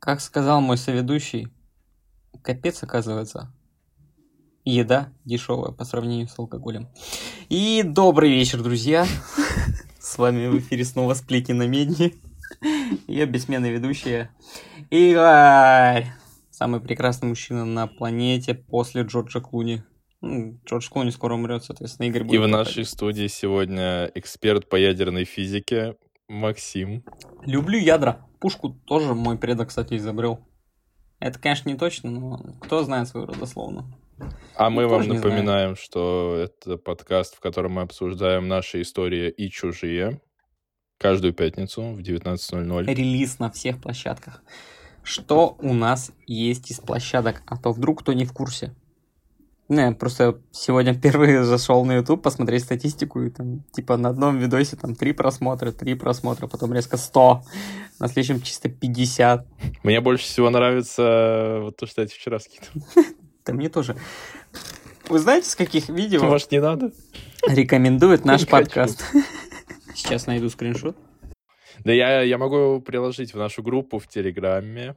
Как сказал мой соведущий, капец, оказывается. Еда дешевая по сравнению с алкоголем. И добрый вечер, друзья. С вами в эфире снова «Сплетни на медне». Я бессменный ведущий Игорь. Самый прекрасный мужчина на планете после Джорджа Клуни. Джордж Клуни скоро умрет, соответственно, Игорь будет. И в нашей студии сегодня эксперт по ядерной физике Максим. Люблю ядра. Пушку тоже мой предок, кстати, изобрел. Это, конечно, не точно, но кто знает свою родословную. А мы вам напоминаем, что это подкаст, в котором мы обсуждаем наши истории и чужие. Каждую пятницу в 19:00. Релиз на всех площадках. Что у нас есть из площадок? А то вдруг кто не в курсе. Не, просто сегодня впервые зашел на YouTube посмотреть статистику, и там, типа, на одном видосе там 3 просмотра, потом резко 100, на следующем чисто 50. Мне больше всего нравится вот то, что я тебе вчера скидывал. Да мне тоже. Вы знаете, с каких видео... Может, не надо? Рекомендует наш подкаст. Сейчас найду скриншот. Да я могу приложить в нашу группу в Телеграме.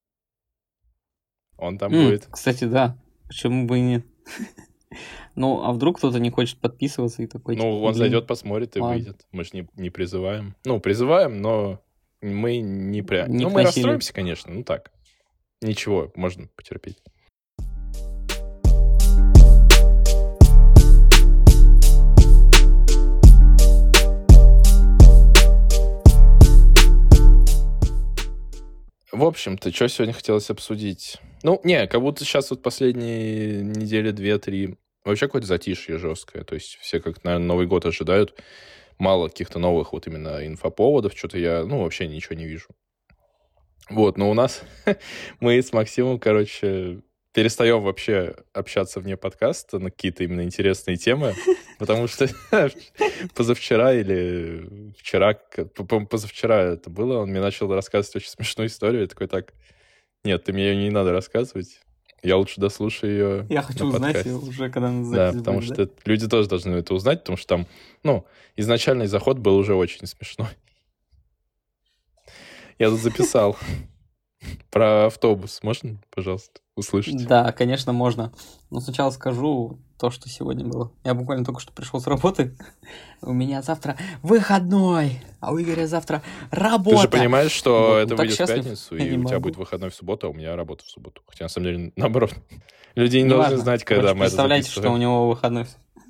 Он там будет. Кстати, да. Почему бы и нет? Ну, а вдруг кто-то не хочет подписываться и такой... Ну, он зайдет, посмотрит и выйдет. Мы же не призываем. Ну, призываем, но мы не прям... Ну, мы расстроимся, конечно, ну так. Ничего, можно потерпеть. В общем-то, что сегодня хотелось обсудить? Ну, как будто сейчас вот последние недели 2-3 вообще какое-то затишье жесткое. То есть все как, наверное, Новый год ожидают. Мало каких-то новых вот именно инфоповодов. Что-то я, вообще ничего не вижу. Вот, но у нас мы с Максимом, перестаем вообще общаться вне подкаста на какие-то именно интересные темы, потому что позавчера это было, он мне начал рассказывать очень смешную историю, я такой, так, нет, ты мне ее не надо рассказывать, я лучше дослушаю ее. Я хочу узнать ее уже, когда на запись. Да, потому что люди тоже должны это узнать, потому что там, изначальный заход был уже очень смешной. Я тут записал. Про автобус можно, пожалуйста, услышать? Да, конечно, можно. Но сначала скажу то, что сегодня было. Я буквально только что пришел с работы. У меня завтра выходной, а у Игоря завтра работа. Ты же понимаешь, что это выйдет в пятницу, и у тебя будет выходной в субботу, а у меня работа в субботу. Хотя, на самом деле, наоборот. Люди не должны знать, когда мы это записываем. Представляете, что у него выходной.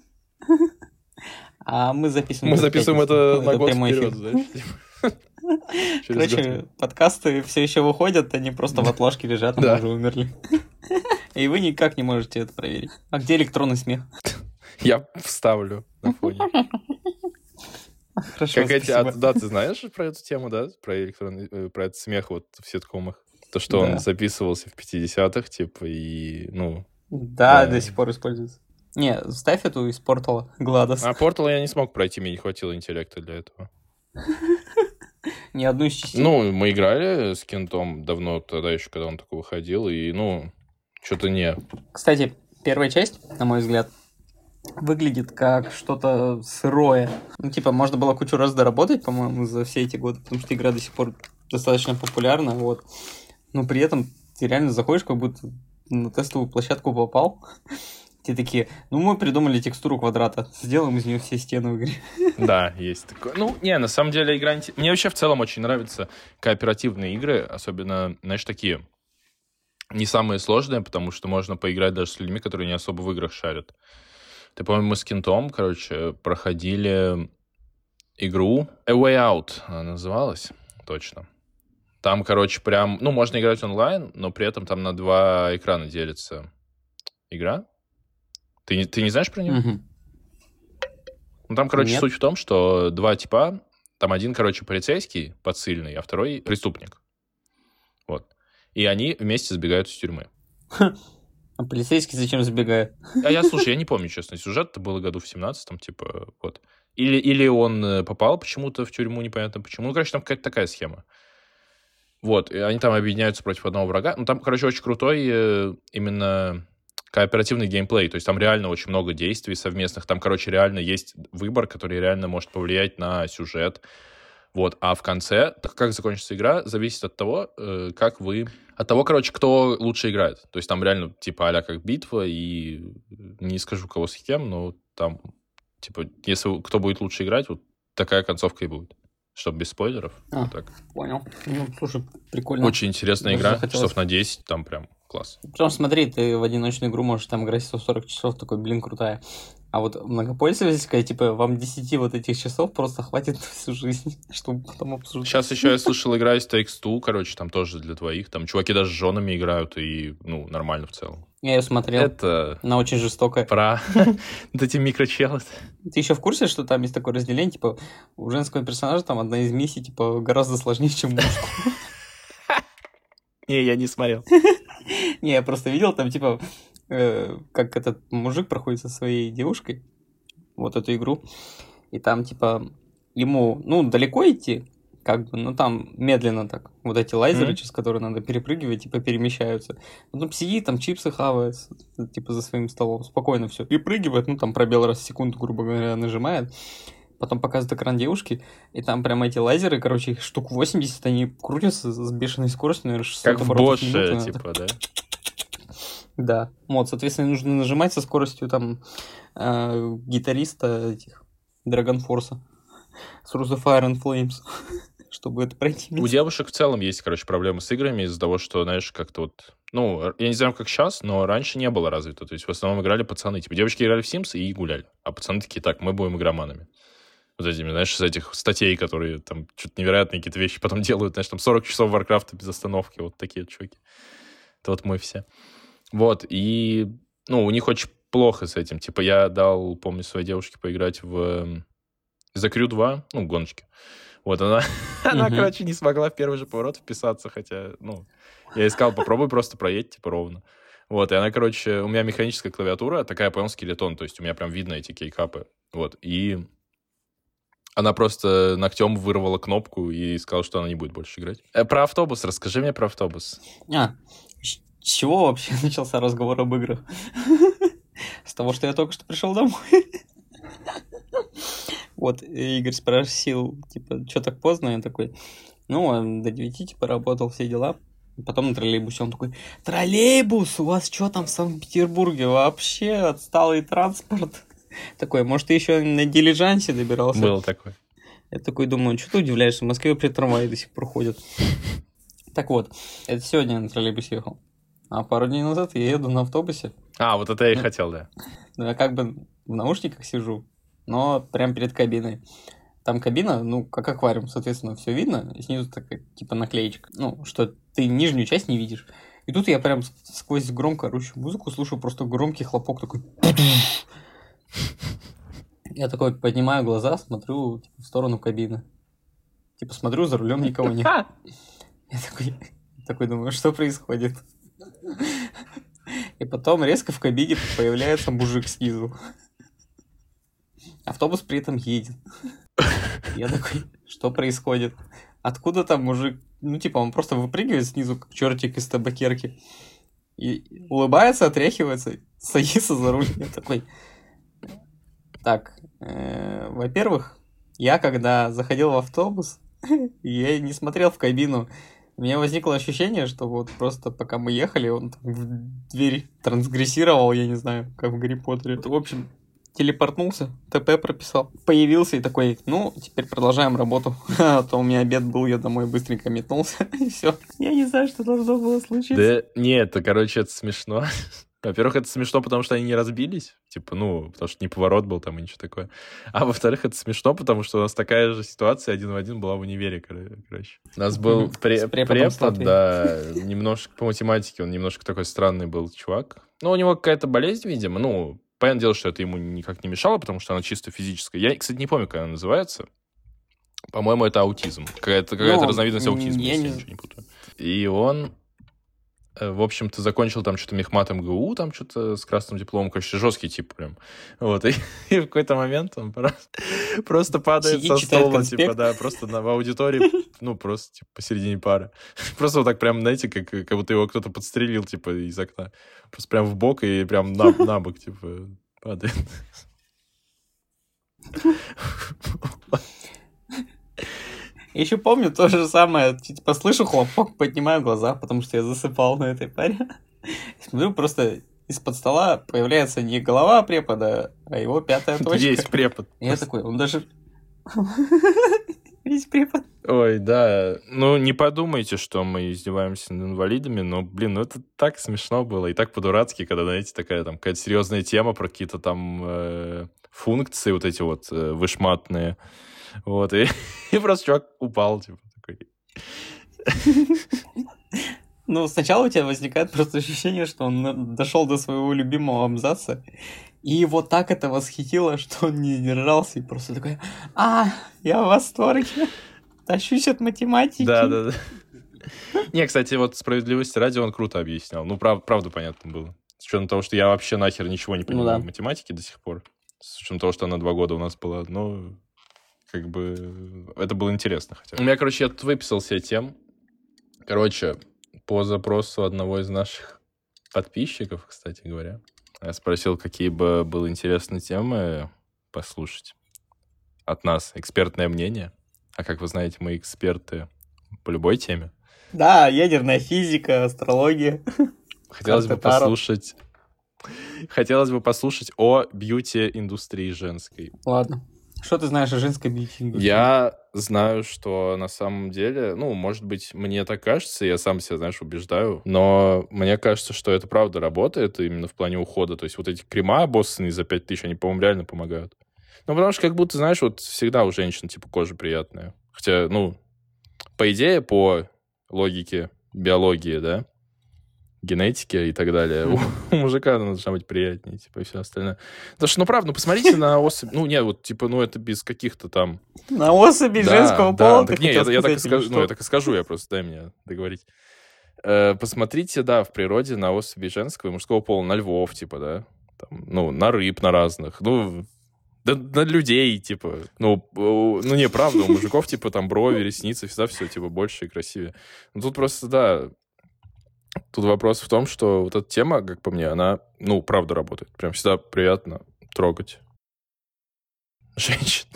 А мы записываем... Мы записываем это на год вперед, знаешь? Короче, подкасты все еще выходят, они просто в отложке лежат, мы уже умерли. И вы никак не можете это проверить. А где электронный смех? Я вставлю на фоне. Хорошо, спасибо. Да, ты знаешь про эту тему, да? Про этот смех вот в ситкомах? То, что он записывался в 50-х, типа, и, Да, до сих пор используется. Не, ставь эту из Портала, Гладос. А Портал я не смог пройти, мне не хватило интеллекта для этого. Ни одну из частей? Мы играли с Кентом давно, тогда еще, когда он такой выходил, и, что-то не... Кстати, первая часть, на мой взгляд, выглядит как что-то сырое. Можно было кучу раз доработать, по-моему, за все эти годы, потому что игра до сих пор достаточно популярна, вот. Но при этом ты реально заходишь, как будто на тестовую площадку попал. Те такие, мы придумали текстуру квадрата, сделаем из нее все стены в игре. Да, есть такое. На самом деле игра... Мне вообще в целом очень нравятся кооперативные игры, особенно, знаешь, такие не самые сложные, потому что можно поиграть даже с людьми, которые не особо в играх шарят. Ты, по-моему, мы с Кентом, проходили игру A Way Out, она называлась, точно. Там, прям... можно играть онлайн, но при этом там на 2 экрана делится игра. Ты не знаешь про нее? Угу. Там, суть в том, что 2 типа, там один, полицейский, подсыльный, а второй преступник. Вот. И они вместе сбегают из тюрьмы. А полицейский зачем сбегает? Слушай, я не помню, честно. Сюжет-то было году в 17-м, вот. Или он попал почему-то в тюрьму, непонятно почему. Там какая-то такая схема. Вот, и они там объединяются против одного врага. Там, очень крутой именно... кооперативный геймплей, то есть там реально очень много действий совместных, там, реально есть выбор, который реально может повлиять на сюжет. Вот, а в конце, как закончится игра, зависит от того, как вы... От того, короче, кто лучше играет. То есть там реально, типа, а-ля как битва, и не скажу, кого с кем, но там, типа, если кто будет лучше играть, вот такая концовка и будет. Чтобы без спойлеров. Вот так. Понял. Ну, слушай, прикольно. Очень интересная игра, часов на 10, там прям класс. Потому что, смотри, ты в одиночную игру можешь там играть 140 часов, такой, блин, крутая. А вот многопользовательская, типа, вам 10 вот этих часов просто хватит на всю жизнь, чтобы потом обсуждать. Сейчас еще я слышал, игра из Takes-Two, короче, там тоже для двоих. Там чуваки даже с женами играют, и, ну, нормально в целом. Я ее смотрел. Это... Она очень жестокая. Про вот эти микрочелы. Ты еще в курсе, что там есть такое разделение, типа, у женского персонажа там одна из миссий, типа, гораздо сложнее, чем мужского? Не, я не смотрел. Не, я просто видел там, типа, как этот мужик проходит со своей девушкой вот эту игру, и там, типа, ему, ну, далеко идти, как бы, ну, там медленно так, вот эти лазеры, через которые надо перепрыгивать, типа, перемещаются. Потом сидит, там, чипсы хавает, типа, за своим столом, спокойно все перепрыгивает, ну, там, пробел раз в секунду, грубо говоря, нажимает, потом показывает экран девушки, и там прям эти лазеры, короче, их штук 80, они крутятся с бешеной скоростью, наверное, 600 Как в оборотов в минуту. Боше, типа, да? Да. Вот, соответственно, нужно нажимать со скоростью там гитариста этих Dragon Force Through the Fire and Flames, чтобы это пройти. У девушек в целом есть, короче, проблемы с играми из-за того, что, знаешь, как-то вот... Ну, я не знаю, как сейчас, но раньше не было развито. То есть в основном играли пацаны. Типа девочки играли в Sims и гуляли. А пацаны такие, так, мы будем игроманами. Вот этими, знаешь, с этих статей, которые там что-то невероятные какие-то вещи потом делают. Знаешь, там 40 часов Варкрафта без остановки. Вот такие вот чуваки. Это вот мы все. Вот, и, ну, у них очень плохо с этим. Типа, я дал, помню, своей девушке поиграть в The Crew 2, ну, гоночки. Вот, она, короче, не смогла в первый же поворот вписаться, хотя, ну, я искал, попробуй просто проедь, типа, ровно. Вот, и она, короче, у меня механическая клавиатура, такая, понял, скелетон, то есть у меня прям видно эти кейкапы. Вот, и она просто ногтем вырвала кнопку и сказала, что она не будет больше играть. Про автобус, расскажи мне про автобус. С чего вообще начался разговор об играх? С того, что я только что пришел домой. Вот, Игорь спросил, типа, что так поздно? Я такой, ну, до 9, типа, работал, все дела. Потом на троллейбусе он такой, троллейбус, у вас что там в Санкт-Петербурге? Вообще отсталый транспорт. Такой, может, ты еще на дилижансе добирался? Было такое. Я такой думаю, что ты удивляешься, в Москве при трамвае до сих пор ходят. Так вот, это сегодня я на троллейбусе ехал. А пару дней назад я еду на автобусе. А, вот это я и хотел, да. Ну, я как бы в наушниках сижу, но прям перед кабиной. Там кабина, ну, как аквариум, соответственно, все видно. И снизу такая, типа, наклеечка. Ну, что ты нижнюю часть не видишь. И тут я прям сквозь громко орущую музыку слушаю просто громкий хлопок такой. Я такой поднимаю глаза, смотрю типа, в сторону кабины. Типа, смотрю, за рулем никого нет. Я такой думаю, что происходит? И потом резко в кабине появляется мужик снизу. Автобус при этом едет. Я такой, что происходит? Откуда там мужик? Ну, типа, он просто выпрыгивает снизу, как чертик из табакерки. И улыбается, отряхивается, садится за руль. Я такой... Так, во-первых, я когда заходил в автобус, я не смотрел в кабину. У меня возникло ощущение, что вот просто пока мы ехали, он там в дверь трансгрессировал, я не знаю, как в Гарри Поттере. В общем, телепортнулся, ТП прописал, появился и такой, ну, теперь продолжаем работу. А то у меня обед был, я домой быстренько метнулся, и все. Я не знаю, что должно было случиться. Да нет, это, короче, это смешно. Во-первых, это смешно, потому что они не разбились. Типа, ну, потому что не поворот был там и ничего такое. А во-вторых, это смешно, потому что у нас такая же ситуация один в один была в универе, короче. У нас был препод, да, немножко по математике, он немножко такой странный был чувак. Ну, у него какая-то болезнь, видимо. Ну, понятное дело, что это ему никак не мешало, потому что она чисто физическая. Я, кстати, не помню, как она называется. По-моему, это аутизм. Какая-то разновидность аутизма, если я ничего не путаю. И он... В общем-то, закончил там что-то мехмат МГУ, там что-то с красным дипломом, короче, жесткий тип прям. Вот, и в какой-то момент он просто падает сидит, со стола, типа, да, просто в аудитории, ну, просто, типа, посередине пары. Просто вот так прям, знаете, как будто его кто-то подстрелил, типа, из окна. Просто прям в бок и прям на бок, типа, падает. Еще помню то же самое. Типа, слышу хлопок, поднимаю глаза, потому что я засыпал на этой паре. Смотрю, просто из-под стола появляется не голова препода, а его пятая точка. Есть препод. И я такой, он даже... Весь препод. Ой, да. Ну, не подумайте, что мы издеваемся над инвалидами, но, блин, ну это так смешно было и так по-дурацки, когда, знаете, такая там какая-то серьезная тема про какие-то там функции вот эти вот вышматные. Вот, и просто чувак упал, типа, такой. Ну, сначала у тебя возникает просто ощущение, что он дошел до своего любимого абзаца, и его так это восхитило, что он не держался и просто такой, я в восторге, тащусь от математики. Да. Не, кстати, вот справедливости ради он круто объяснял. Ну, правда понятно было. С учетом того, что я вообще нахер ничего не понимаю в математике до сих пор. С учетом того, что она 2 года у нас была. Ну, как бы, это было интересно хотя бы. У меня, короче, я тут выписал себе тем. Короче, по запросу одного из наших подписчиков, кстати говоря, я спросил, какие бы были интересные темы послушать от нас. Экспертное мнение. А как вы знаете, мы эксперты по любой теме. Да, ядерная физика, астрология. Хотелось бы послушать о бьюти-индустрии женской. Ладно. Что ты знаешь о женской бьюти-индустрии? Я знаю, что на самом деле, ну, может быть, мне так кажется, я сам себя, знаешь, убеждаю, но мне кажется, что это правда работает именно в плане ухода. То есть вот эти крема обоссанные за 5000, они, по-моему, реально помогают. Ну, потому что как будто, знаешь, вот всегда у женщин, типа, кожа приятная. Хотя, ну, по идее, по логике биологии, да, генетики и так далее, у мужика она должна быть приятнее, типа, и все остальное. Потому что, ну, правда, ну, посмотрите на особь, ну, нет, вот, типа, ну, это без каких-то там... На особи женского пола? Так, нет, я так и скажу, ну, я так и скажу, я просто, дай мне договорить. Посмотрите, да, в природе на особи женского и мужского пола, на львов, типа, да, там, ну, на рыб, на разных, ну... Да, на людей, типа. Ну, не, правда, у мужиков, типа, там, брови, ресницы, всегда все, типа, больше и красивее. Ну, тут просто, да, тут вопрос в том, что вот эта тема, как по мне, она, ну, правда работает. Прям всегда приятно трогать женщин.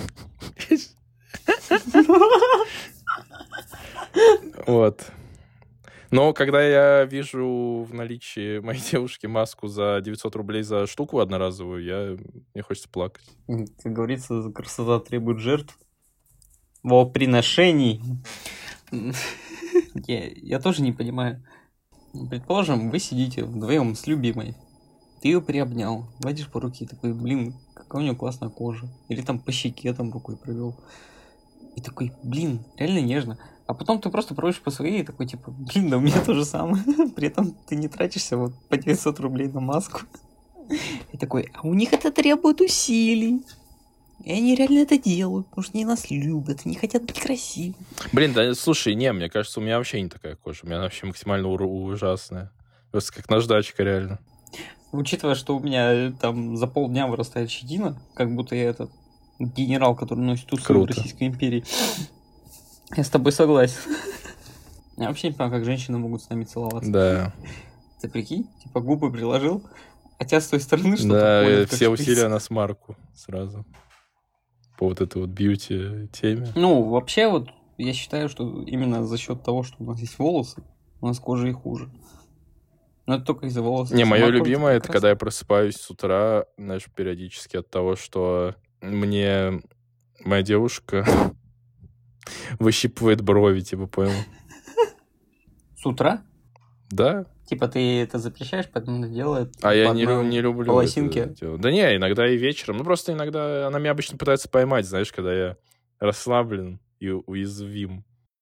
Вот. Но когда я вижу в наличии моей девушки маску за 900 рублей за штуку одноразовую, мне хочется плакать. Как говорится, красота требует жертв. Во приношении. Я тоже не понимаю. Предположим, вы сидите вдвоем с любимой. Ты ее приобнял, гладишь по руке, такой, блин, какая у нее классная кожа. Или там по щеке там рукой провел. И такой, блин, реально нежно. А потом ты просто проводишь по своей и такой, типа, блин, да у меня то же самое. При этом ты не тратишься вот по 900 рублей на маску. И такой, а у них это требует усилий. И они реально это делают, потому что они нас любят, они хотят быть красивыми. Блин, да слушай, не, мне кажется, у меня вообще не такая кожа. У меня она вообще максимально ужасная. Просто как наждачка, реально. Учитывая, что у меня там за полдня вырастает щетина, как будто я этот генерал, который носит усы в Российской империи. Я с тобой согласен. Я вообще не понимаю, как женщины могут с нами целоваться. Да. Ты прикинь, типа губы приложил, а тебя с той стороны что-то да, ходит, все усилия на смарку сразу. По вот этой вот бьюти-теме. Ну, вообще вот я считаю, что именно за счет того, что у нас есть волосы, у нас кожа и хуже. Но это только из-за волос. Не, мое любимое, это когда я просыпаюсь с утра, знаешь, периодически от того, что мне моя девушка выщипывает брови, типа, понял? С утра? Да. Типа ты это запрещаешь, поэтому она делает. А я не люблю волосинки. это делать. Да не, иногда и вечером. Ну, просто иногда она меня обычно пытается поймать, знаешь, когда я расслаблен и уязвим.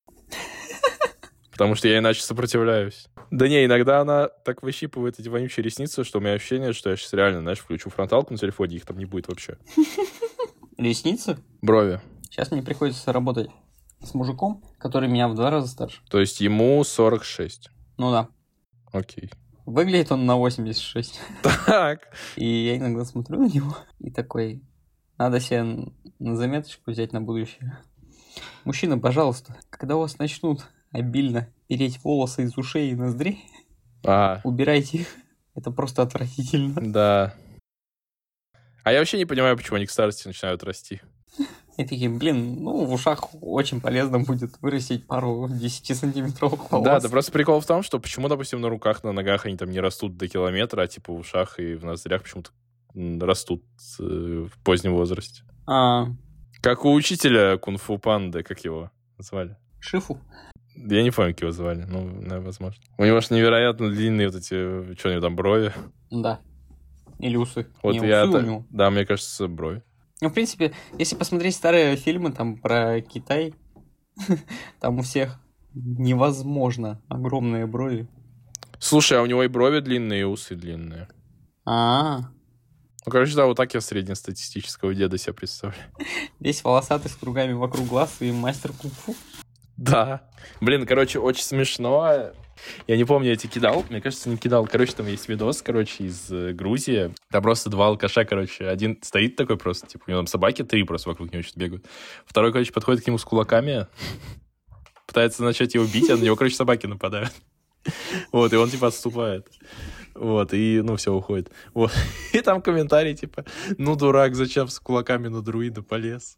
Потому что я иначе сопротивляюсь. Да не, иногда она так выщипывает эти вонючие ресницы, что у меня ощущение, что я сейчас реально, знаешь, включу фронталку на телефоне, их там не будет вообще. Ресницы? Брови. Сейчас мне приходится работать с мужиком, который меня в 2 раза старше. То есть ему 46? Ну да. Окей. Выглядит он на 86. Так. И я иногда смотрю на него и такой, надо себе на заметочку взять на будущее. Мужчина, пожалуйста, когда у вас начнут обильно переть волосы из ушей и ноздрей, убирайте их. Это просто отвратительно. Да. А я вообще не понимаю, почему они к старости начинают расти. И такие, блин, ну, в ушах очень полезно будет вырастить пару 10-сантиметровых волос. Да, просто прикол в том, что почему, допустим, на руках, на ногах они там не растут до километра, а типа в ушах и в ноздрях почему-то растут в позднем возрасте. Как у учителя кунг-фу панды, как его звали? Шифу. Я не помню, как его звали, ну, возможно. У него же невероятно длинные вот эти, что у него там, брови. Да. Или усы. Вот не, я... усы у него. Да, мне кажется, брови. Ну, в принципе, если посмотреть старые фильмы там про Китай, там у всех невозможно огромные брови. Слушай, а у него и брови длинные, и усы длинные. Ну, короче, да, вот так я среднестатистического деда себе представляю. Весь волосатый с кругами вокруг глаз и мастер кунг-фу. Да. Блин, короче, очень смешно. Я не помню, я тебе кидал. Мне кажется, не кидал. Короче, там есть видос, короче, из Грузии. Там просто два алкаша, короче. Один стоит такой просто, типа, у него там собаки 3 просто вокруг него что-то бегают. Второй, короче, подходит к нему с кулаками, пытается начать его бить, а на него, короче, собаки нападают. Вот, и он, типа, отступает. Вот, и, ну, все, уходит. Вот. И там комментарий, типа, ну, дурак, зачем с кулаками на друида полез?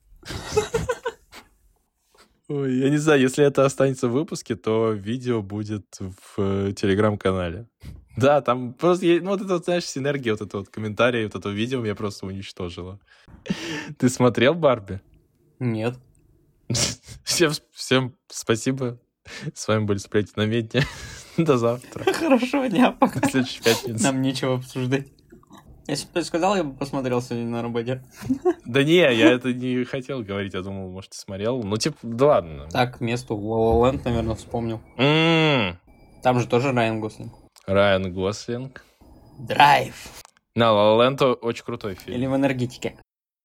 Ой, я не знаю, если это останется в выпуске, то видео будет в телеграм-канале. Да, там просто, ну, вот это, вот, знаешь, синергия, вот это вот комментарий, вот это видео меня просто уничтожило. Ты смотрел «Барби»? Нет. Всем спасибо. С вами были «Сплетни на медне». До завтра. Хорошего дня, пока. До следующей пятницы. Нам нечего обсуждать. Если бы ты сказал, я бы посмотрел сегодня на работе. Да не, я это не хотел говорить. Я думал, может, ты смотрел. Ну, типа, да ладно. Так, место La La Land, наверное, вспомнил. Там же тоже Райан Гослинг. Райан Гослинг. Драйв. На, La La Land очень крутой фильм. Или в «Энергетике».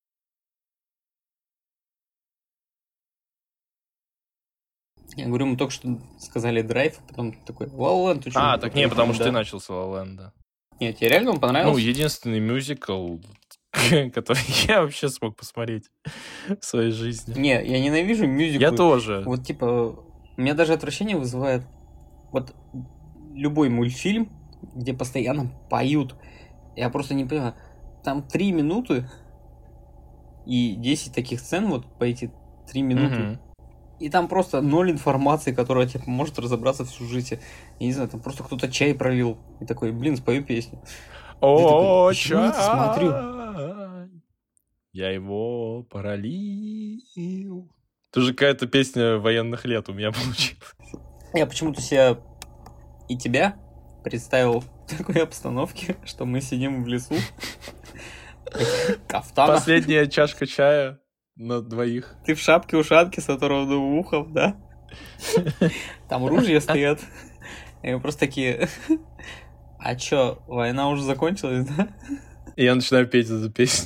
Я говорю, мы только что сказали «Драйв», а потом такой «La La Land». А, так не, потому что ты начал с La La Land. Нет, тебе реально он понравился? Ну, единственный мюзикл, который я вообще смог посмотреть в своей жизни. Не, я ненавижу мюзиклы. Я тоже. Вот, типа, у меня даже отвращение вызывает вот любой мультфильм, где постоянно поют. Я просто не понимаю. Там 3 минуты и 10 таких сцен вот по эти 3 минуты. И там просто 0 информации, которая, типа, может разобраться всю жизнь. Я не знаю, там просто кто-то чай пролил. И такой, блин, спою песню. О, чай! Смотрю. Я его пролил. Тоже какая-то песня военных лет у меня получилась. Я почему-то себя и тебя представил в такой обстановке, что мы сидим в лесу. Кафтана. Последняя чашка чая на двоих. Ты в шапке-ушанке с оторванным ухом, да? Там ружья стоят. И мы просто такие... А чё, война уже закончилась, да? И я начинаю петь эту песню.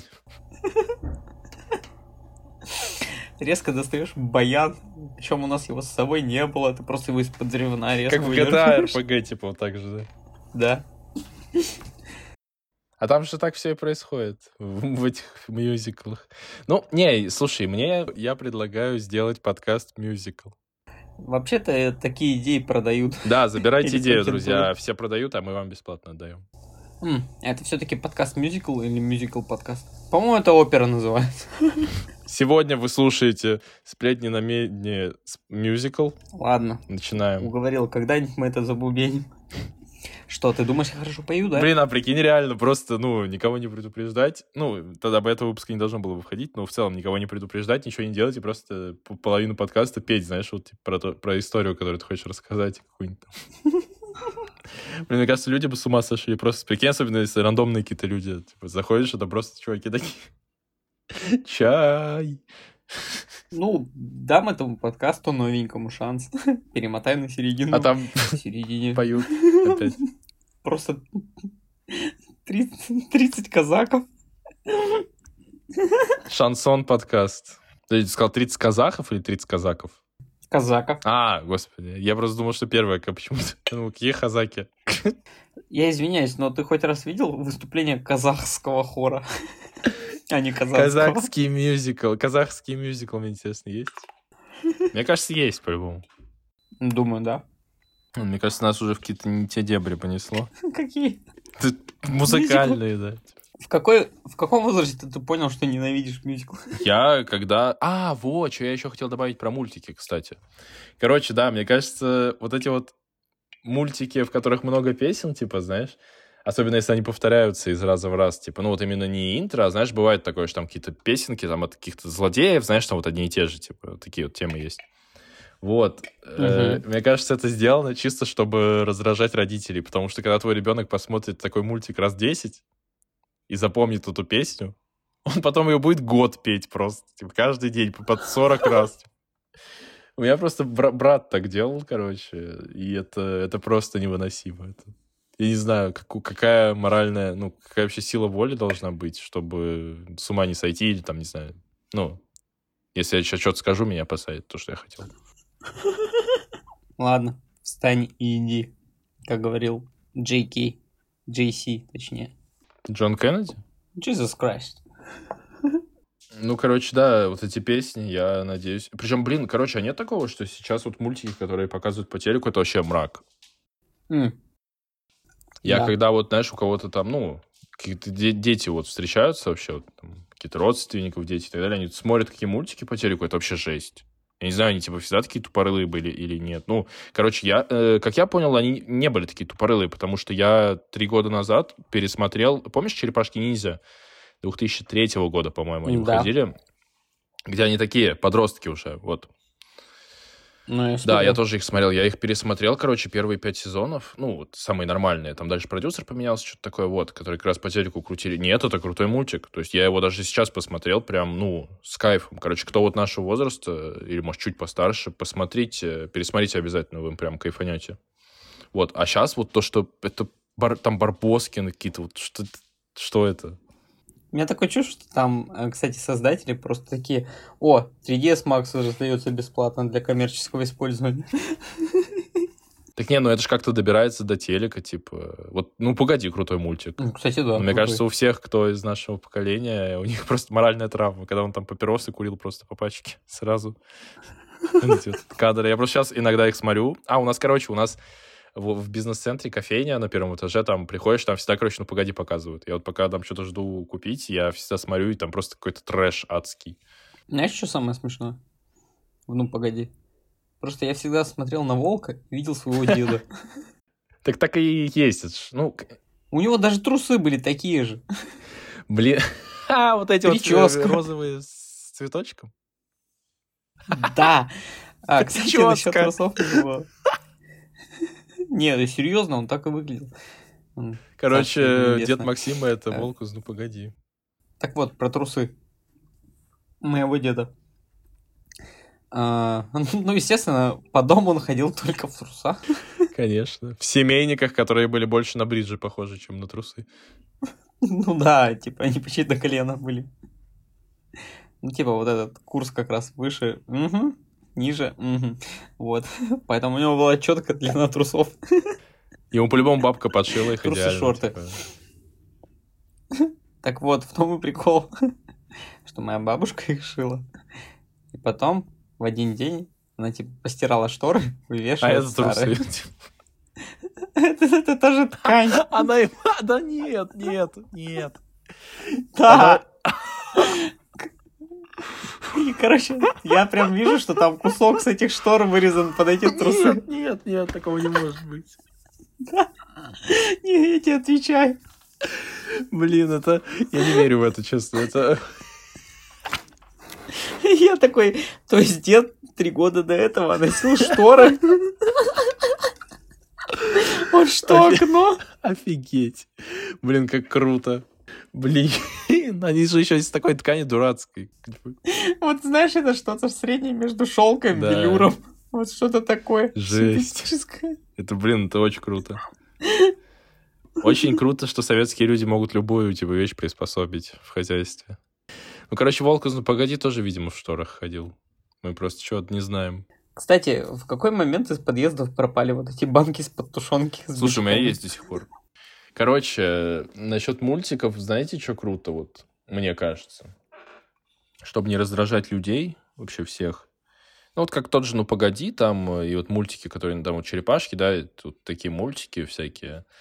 Резко достаешь баян, причем у нас его с собой не было, ты просто его из-под древна резко как в GTA RPG, типа, вот так же, да? Да. А там же так все и происходит в этих мюзиклах. Ну, не, слушай, я предлагаю сделать подкаст-мюзикл. Вообще-то такие идеи продают. Да, забирайте идею, друзья. Все продают, а мы вам бесплатно отдаем. Это все-таки подкаст-мюзикл или мюзикл-подкаст? По-моему, это опера называется. Сегодня вы слушаете «Сплетни на медне» мюзикл. Ладно. Начинаем. Уговорил, когда-нибудь мы это забубеним. Что, ты думаешь, я хорошо пою, да? Блин, а прикинь, реально, просто, никого не предупреждать. Тогда бы этого выпуска не должно было выходить, но в целом никого не предупреждать, ничего не делать и просто половину подкаста петь, знаешь, вот типа, про историю, которую ты хочешь рассказать, какую-нибудь там. Блин, мне кажется, люди бы с ума сошли. Просто прикинь, особенно если рандомные какие-то люди. Типа, заходишь, это просто чуваки такие. Чай. Дам этому подкасту новенькому шанс. Перемотай на середину. А там в середине поют опять. Просто 30 казаков. Шансон-подкаст. Ты сказал 30 казахов или 30 казаков? Казаков. А, господи. Я просто думал, что первое, почему-то. Ну, какие казаки? Я извиняюсь, но ты хоть раз видел выступление казахского хора? А не казахского. Казахский мюзикл, мне интересно, есть? Мне кажется, есть, по-любому. Думаю, да. Мне кажется, нас уже в какие-то не те дебри понесло. Какие? Музыкальные, да. В каком возрасте ты понял, что ненавидишь мюзикл? Я когда... вот, что я еще хотел добавить про мультики, кстати. Короче, да, мне кажется, вот эти вот мультики, в которых много песен, типа, знаешь, особенно если они повторяются из раза в раз, типа, ну вот именно не интро, а, знаешь, бывает такое, что там какие-то песенки там от каких-то злодеев, знаешь, там вот одни и те же, типа, вот такие вот темы есть. Вот. Мне кажется, это сделано чисто, чтобы раздражать родителей, потому что когда твой ребенок посмотрит такой мультик раз 10 и запомнит эту песню, он потом ее будет год петь просто, типа, каждый день, под 40 раз. У меня просто брат так делал, короче, и это просто невыносимо. Я не знаю, какая моральная, ну, какая вообще сила воли должна быть, чтобы с ума не сойти, или там, не знаю, ну, если я сейчас что-то скажу, меня посадят, то, что я хотел. Ладно, встань и иди, как говорил JC, точнее. Джон Кеннеди? Jesus Christ. Ну, короче, да, вот эти песни, я надеюсь... Причем, блин, короче, а нет такого, что сейчас вот мультики, которые показывают по телеку, это вообще мрак? Я когда вот, знаешь, у кого-то там, ну, какие-то дети вот встречаются вообще, вот, там, какие-то родственников, дети и так далее, они смотрят какие мультики по телеку, это вообще жесть. Я не знаю, они типа всегда такие тупорылые были или нет. Ну, короче, как я понял, они не были такие тупорылые, потому что я 3 года назад пересмотрел... Помнишь «Черепашки-ниндзя»? 2003 года, по-моему, они выходили. Где они такие, подростки уже, вот. Ну, да, я тоже их смотрел. Я их пересмотрел, короче, первые 5 сезонов. Ну, вот самые нормальные. Там дальше продюсер поменялся, что-то такое вот, который как раз по телеку крутили. Нет, это крутой мультик. То есть я его даже сейчас посмотрел прям, ну, с кайфом. Короче, кто вот нашего возраста, или, может, чуть постарше, посмотрите, пересмотрите обязательно, вы прям кайфанете. Вот. А сейчас вот то, что это там Барбоскины какие-то, вот что это? У меня такое чувство, что там, кстати, создатели просто такие: о, 3ds Max раздается бесплатно для коммерческого использования. Так не, ну это же как-то добирается до телека, типа... Вот, ну, «Погоди», крутой мультик. Ну, кстати, да. Мне кажется, у всех, кто из нашего поколения, у них просто моральная травма, когда он там папиросы курил просто по пачке сразу. Кадры. Я просто сейчас иногда их смотрю. У нас в бизнес-центре кофейня на 1 этаже, там приходишь, там всегда, короче, «Ну, погоди» показывают. Я вот пока там что-то жду купить, я всегда смотрю, и там просто какой-то трэш адский. Знаешь, что самое смешное? «Ну, погоди». Просто я всегда смотрел на волка и видел своего деда. Так и есть. Ну, у него даже трусы были такие же. Блин. Вот эти вот розовые с цветочком? Да. Кстати, насчет трусов не было. Не, серьезно, он так и выглядел. Короче, дед Максима — это волк из «Ну, погоди». Так вот, про трусы моего деда. Ну, естественно, по дому он ходил только в трусах. Конечно. В семейниках, которые были больше на бриджи похожи, чем на трусы. Ну да, типа, они почти до колена были. Ну, типа, вот этот курс как раз выше, ниже, вот. Поэтому у него была четкая длина трусов. Ему по-любому бабка подшила их идеально. Трусы-шорты. Типа. Так вот, в том и прикол, что моя бабушка их шила. И потом в один день она, типа, постирала шторы, вывешивала старые. Это трусы. Это тоже ткань. Она им... Да нет. Да. И, короче, я прям вижу, что там кусок с этих штор вырезан под эти трусы. Нет, такого не может быть. Да. Не, я тебе отвечаю. Блин, это... Я не верю в это, честно. Это... Я такой... То есть дед 3 года до этого носил шторы? Вот что, окно? Офигеть. Блин, как круто. Блин, они же еще из такой ткани дурацкой. Вот знаешь, это что-то среднее между шелком и велюром. Вот что-то такое. Жесть. Это, блин, это очень круто. Очень круто, что советские люди могут любую, типа, вещь приспособить в хозяйстве. Ну, короче, волк из «Ну, погоди» тоже, видимо, в шторах ходил. Мы просто чего-то не знаем. Кстати, в какой момент из подъездов пропали вот эти банки с-под тушенки? Слушай, у меня есть до сих пор. Короче, насчет мультиков, знаете, что круто, вот, мне кажется? Чтобы не раздражать людей, вообще всех. Ну, вот как тот же «Ну, погоди», там, и вот мультики, которые, там, вот «Черепашки», да, тут такие мультики всякие.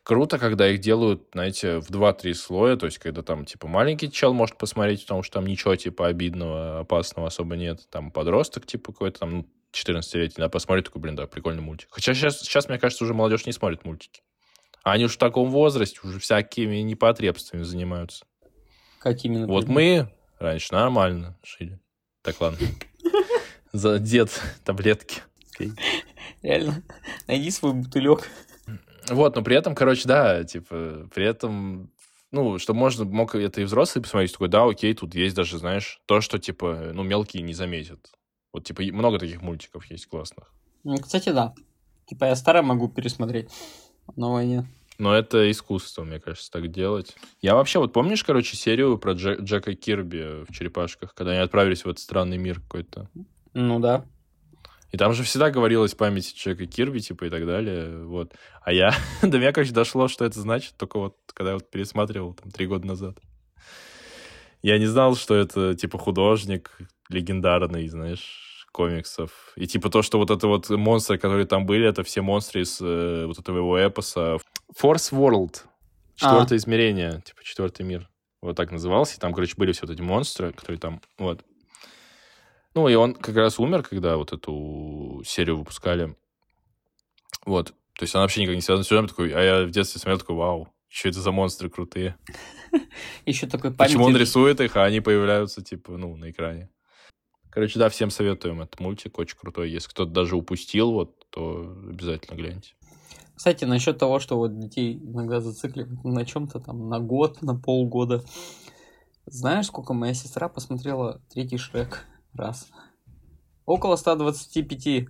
круто, когда их делают, знаете, в 2-3 слоя, то есть когда там, типа, маленький чел может посмотреть, потому что там ничего, типа, обидного, опасного особо нет. Там подросток, типа, какой-то там, ну, 14-летний, да, посмотрит такой, блин, да, прикольный мультик. Хотя сейчас, мне кажется, уже молодежь не смотрит мультики. А они уж в таком возрасте уже всякими непотребствами занимаются. Какими, например? Вот мы раньше нормально жили. Так, ладно. За дед таблетки. Реально. Найди свой бутылек. Вот, но при этом, короче, да, типа, при этом, ну, чтобы мог это и взрослый посмотреть, такой, да, окей, тут есть даже, знаешь, то, что, типа, ну, мелкие не заметят. Вот, типа, много таких мультиков есть классных. Ну, кстати, да. Типа я старое могу пересмотреть, новое нет. Но это искусство, мне кажется, так делать. Я вообще, вот помнишь, короче, серию про Джека Кирби в «Черепашках», когда они отправились в этот странный мир какой-то? Ну да. И там же всегда говорилось память Джека Кирби, типа, и так далее, вот. А до меня, короче, дошло, что это значит, только вот, когда я вот пересматривал, там, 3 года назад. Я не знал, что это, типа, художник легендарный, знаешь, комиксов. И, типа, то, что вот это вот монстры, которые там были, это все монстры из вот этого его эпоса. Force World. 4-е измерение, типа, 4-й мир. Вот так назывался. И там, короче, были все вот эти монстры, которые там, вот. Ну, и он как раз умер, когда вот эту серию выпускали. Вот. То есть она вообще никак не связана с сюжетом. Такой, а я в детстве смотрел, такой, вау, что это за монстры крутые. Еще такой память. Почему он рисует их, а они появляются, типа, ну, на экране. Короче, да, всем советуем этот мультик, очень крутой. Если кто-то даже упустил, вот, то обязательно гляньте. Кстати, насчет того, что вот детей иногда зацикливают на чем-то там, на год, на полгода. Знаешь, сколько моя сестра посмотрела третий Шрек? Раз. Около 125.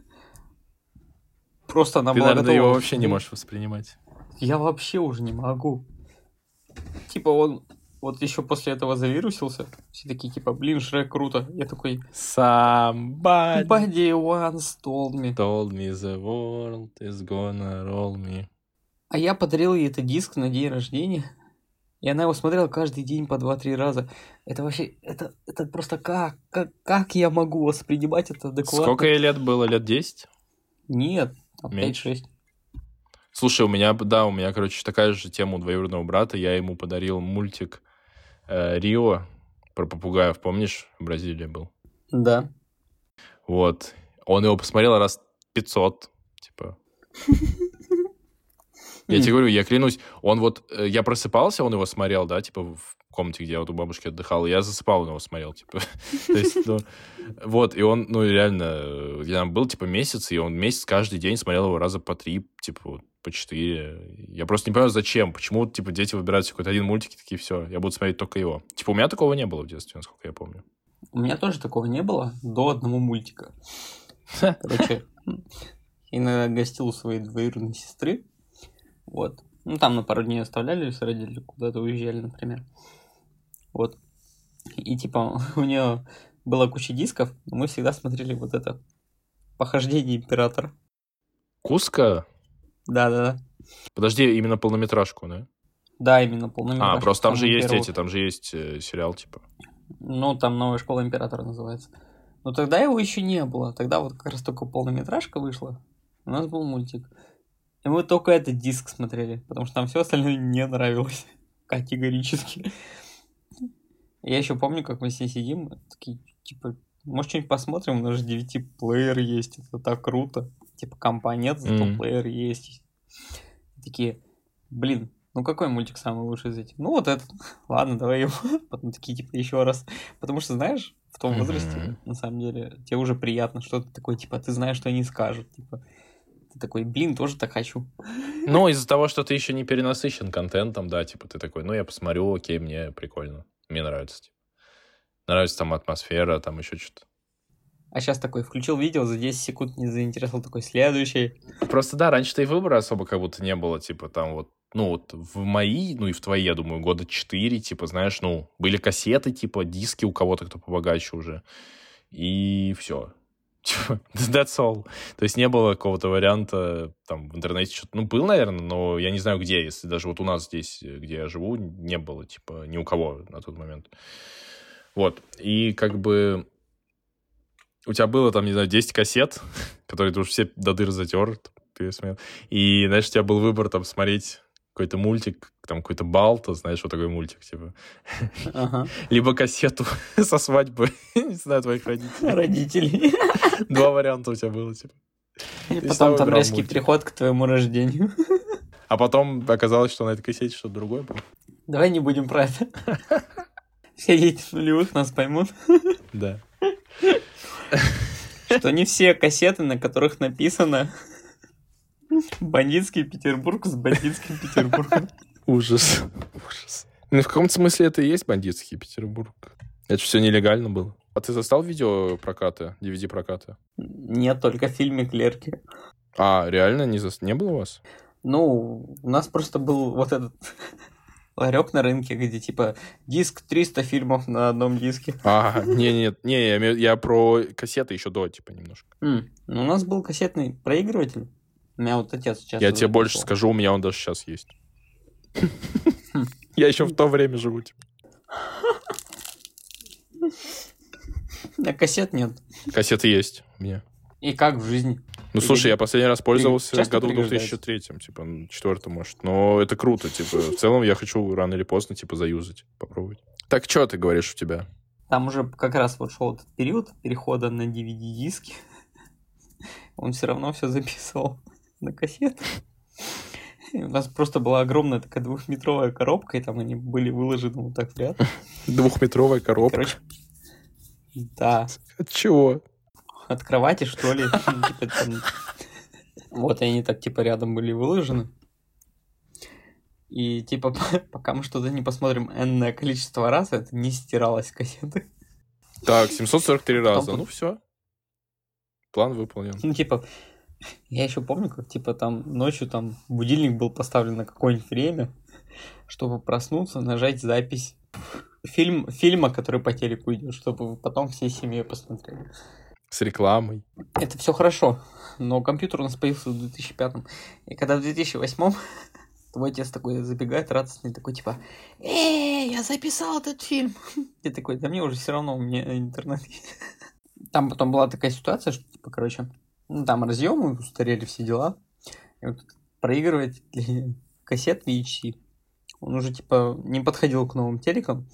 Просто она Ты, была наверное, готова. его вообще не можешь воспринимать. Я вообще уже не могу. Типа он вот еще после этого завирусился. Все такие, типа, блин, Шрек круто. Я такой... Somebody once told me. told me the world is gonna roll me. А я подарил ей этот диск на день рождения. И она его смотрела каждый день по 2-3 раза. Это вообще... Это просто как я могу воспринимать это адекватно? Сколько ей лет было? Лет 10? Нет, там Меньше? 5-6. Слушай, у меня, короче, такая же тема у двоюродного брата. Я ему подарил мультик Рио про попугаев. Помнишь, в Бразилии был? Да. Вот. Он его посмотрел раз 500. Типа... Я тебе говорю, я клянусь, он вот... Я просыпался, он его смотрел, да, типа в комнате, где я вот у бабушки отдыхал, и я засыпал, он его смотрел, типа. То есть, ну... Вот, и он, ну, реально... Я там был, типа, месяц, и он месяц каждый день смотрел его раза по 3, типа, вот, по 4. Я просто не понимаю, зачем. Почему, типа, дети выбирают какой-то один мультик и такие, все, я буду смотреть только его. Типа, у меня такого не было в детстве, насколько я помню. У меня тоже такого не было до одного мультика. Короче, я иногда гостил у своей двоюродной сестры. Вот. Ну, там на пару дней оставляли, родители куда-то уезжали, например. Вот. И, типа, у нее была куча дисков, но мы всегда смотрели вот это «Похождение императора». Куска? Да. Подожди, именно полнометражку, да? Да, именно полнометражку. Просто там же есть там же есть сериал, типа. Ну, там «Новая школа императора» называется. Но тогда его еще не было. Тогда вот как раз только полнометражка вышла. У нас был мультик. И мы только этот диск смотрели, потому что нам все остальное не нравилось. Категорически. Я еще помню, как мы все сидим, такие, типа, может, что-нибудь посмотрим, у нас же DVD-плеер есть, это так круто. Типа, компа нет, зато плеер есть. И такие, блин, ну какой мультик самый лучший из этих? Ну, вот этот. Ладно, давай его. Потом такие, типа, еще раз. Потому что, знаешь, в том возрасте, на самом деле, тебе уже приятно, что ты такой, типа, ты знаешь, что они скажут, типа. Ты такой, блин, тоже так хочу. Ну, из-за того, что ты еще не перенасыщен контентом, да, типа ты такой, ну, я посмотрю, окей, мне прикольно, мне нравится. Типа. Нравится там атмосфера, там еще что-то. А сейчас такой, включил видео, за 10 секунд не заинтересовал, такой, следующий. Просто, да, раньше-то и выбора особо как будто не было, типа, там вот, ну, вот в мои, ну, и в твои, я думаю, года 4, типа, знаешь, ну, были кассеты, типа, диски у кого-то, кто побогаче уже, и все. That's all. То есть не было какого-то варианта там в интернете что-то. Ну, был, наверное, но я не знаю, где. Если даже вот у нас здесь, где я живу, не было, типа, ни у кого на тот момент. Вот. И как бы у тебя было там, не знаю, 10 кассет, которые ты уже все до дыр затер, пересмотрел. И, знаешь, у тебя был выбор там смотреть какой-то мультик, там какой-то Балто, знаешь, вот такой мультик, типа. Ага. Либо кассету со свадьбы, не знаю, твоих родителей. Родителей. 2 варианта у тебя было, типа. И Ты потом всегда там выбирал резкий мультик. переход к твоему рождению. А потом оказалось, что на этой кассете что-то другое было. Давай не будем про это. Все дети нулевых нас поймут, Да. что не все кассеты, на которых написано «Бандитский Петербург» с бандитским Петербургом. Ужас. Ужас. Ну, в каком смысле это и есть бандитский Петербург? Это же все нелегально было. А ты застал видеопрокаты, DVD-прокаты? Нет, только в фильме «Клерки». А, реально не было у вас? Ну, у нас просто был вот этот ларек на рынке, где типа диск 300 фильмов на одном диске. А, я про кассеты еще до, типа, немножко. Ну, у нас был кассетный проигрыватель. У меня вот отец сейчас... Я тебе больше скажу, у меня он даже сейчас есть. Я еще в то время живу, типа. А кассет нет. Кассеты есть у меня. И как в жизни? Ну, слушай, я последний раз пользовался часто году в 2003, типа, 4-м, может. Но это круто, типа. В целом я хочу рано или поздно, типа, заюзать, попробовать. Так, что ты говоришь у тебя? Там уже как раз вот шел этот период перехода на DVD-диски. Он все равно все записывал на кассету. И у нас просто была огромная такая 2-метровая коробка, и там они были выложены вот так в ряд. 2-метровая коробка. Короче, да. От чего? От кровати, что ли. Типа, там... Вот они так, типа, рядом были выложены. И, типа, пока мы что-то не посмотрим энное количество раз, это не стиралось с кассеты. Так, 743 раза. Потом... Ну, все. План выполнен. Ну, типа, я еще помню, как, типа, там ночью там будильник был поставлен на какое-нибудь время, чтобы проснуться, нажать запись фильма, который по телеку идет, чтобы потом всей семьей посмотрели. С рекламой. Это все хорошо, но компьютер у нас появился в 2005-м. И когда в 2008-м твой отец такой забегает радостный, такой типа: я записал этот фильм. Ты такой: да мне уже все равно, у меня интернет есть. Там потом была такая ситуация, что, типа, короче, ну, там разъемы устарели, все дела. И вот проигрыватель кассет VHC, он уже, типа, не подходил к новым телекам.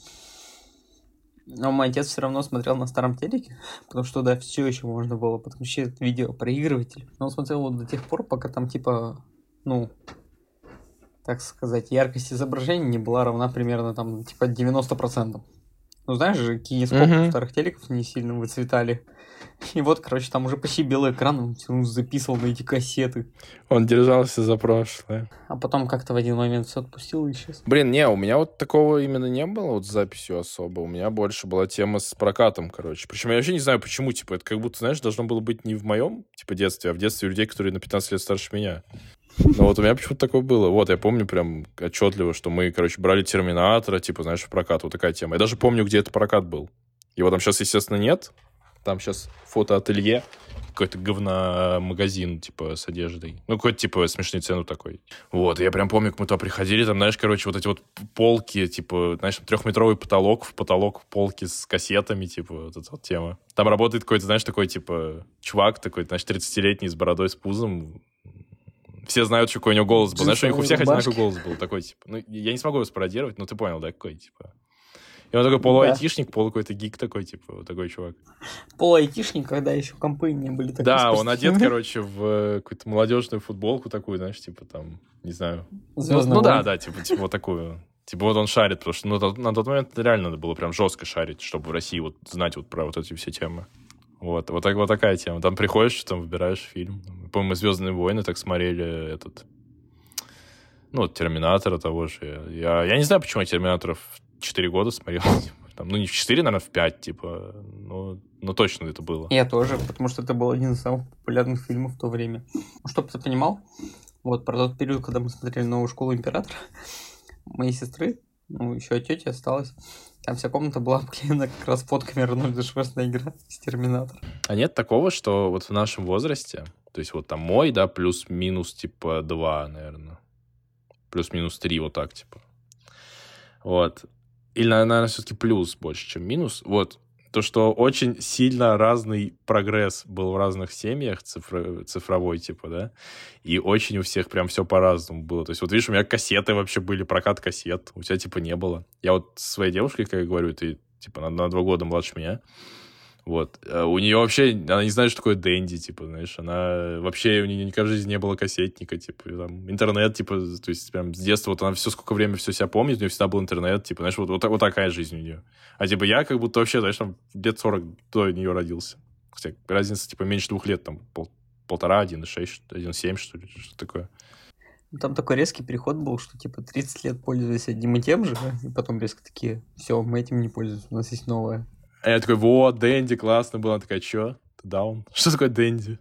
Но мой отец все равно смотрел на старом телеке, потому что, да, все еще можно было подключить видеопроигрыватель. Но он смотрел вот до тех пор, пока там, типа, ну, так сказать, яркость изображения не была равна примерно, там, типа, 90%. Ну, знаешь же, кинескоп у старых телеков не сильно выцветали. И вот, короче, там уже почти белый экран, он всё равно записывал на эти кассеты. Он держался за прошлое. А потом как-то в один момент все отпустил и исчез. Блин, не, у меня вот такого именно не было вот с записью особо. У меня больше была тема с прокатом, короче. Причем я вообще не знаю, почему, типа, это как будто, знаешь, должно было быть не в моем, типа, детстве, а в детстве людей, которые на 15 лет старше меня. Но вот у меня почему-то такое было. Вот, я помню прям отчетливо, что мы, короче, брали «Терминатора», типа, знаешь, в прокат. Вот такая тема. Я даже помню, где этот прокат был. Его там сейчас, естественно, нет. Там сейчас фотоателье, какой-то говномагазин, типа, с одеждой. Ну, какой-то, типа, смешной цену такой. Вот, и я прям помню, как мы туда приходили, там, знаешь, короче, вот эти вот полки, типа, знаешь, 3-метровый потолок, в потолок полки с кассетами, типа, вот эта вот тема. Там работает какой-то, знаешь, такой, типа, чувак такой, знаешь, 30-летний, с бородой, с пузом. Все знают, какой у него голос был. Знаешь, у них у всех одинаковый голос был. Такой, типа, ну, я не смогу его спародировать, но ты понял, да, какой, типа. И он такой полуайтишник, какой-то гик такой, типа, вот такой чувак. Полуайтишник, когда еще компы не были такие. Да, он одет, короче, в какую-то молодежную футболку такую, знаешь, типа там, не знаю. Ну да, типа вот такую. Типа вот он шарит, потому что на тот момент реально надо было прям жестко шарить, чтобы в России вот знать вот про вот эти все темы. Вот такая тема. Там приходишь, там выбираешь фильм. По-моему, мы «Звездные войны» так смотрели этот... Ну, вот «Терминатора» того же. Я не знаю, почему я «Терминаторов» 4 года смотрел. Там, ну, не в 4, наверное, в 5, типа. Но точно это было. Я тоже, потому что это был один из самых популярных фильмов в то время. Чтобы ты понимал, вот про тот период, когда мы смотрели «Новую школу императора», моей сестры, ну, еще от тети осталось, там вся комната была обклеена как раз фотками Арнольда Шварценеггера из «Терминатора». А нет такого, что вот в нашем возрасте, то есть вот там мой, да, плюс-минус, типа, 2, наверное. Плюс-минус 3, вот так, типа. Вот. Или, наверное, все-таки плюс больше, чем минус. Вот. то, что очень сильно разный прогресс был в разных семьях цифровой, типа, да, и очень у всех прям все по-разному было. То есть, вот видишь, у меня кассеты вообще были, прокат кассет, у тебя, типа, не было. Я вот со своей девушкой, как я говорю, ты, типа, на 2 года младше меня, вот. У нее вообще, она не знает, что такое Денди, типа, знаешь, она вообще, у нее никогда в жизни не было кассетника, типа, там, интернет, типа, то есть прям с детства, вот она все, сколько времени все себя помнит, у нее всегда был интернет, типа, знаешь, вот такая жизнь у нее. А типа я как будто вообще, знаешь, там, лет 40 до нее родился. Хотя разница, типа, меньше 2 лет, там, 1,5, 1,6, 1,7, что ли, что такое. Там такой резкий переход был, что типа 30 лет пользовались одним и тем же, и потом резко такие, все, мы этим не пользуемся, у нас есть новое. А я такой, вот, Дэнди, классно было. Она такая, чё? Ты даун? Что такое Дэнди?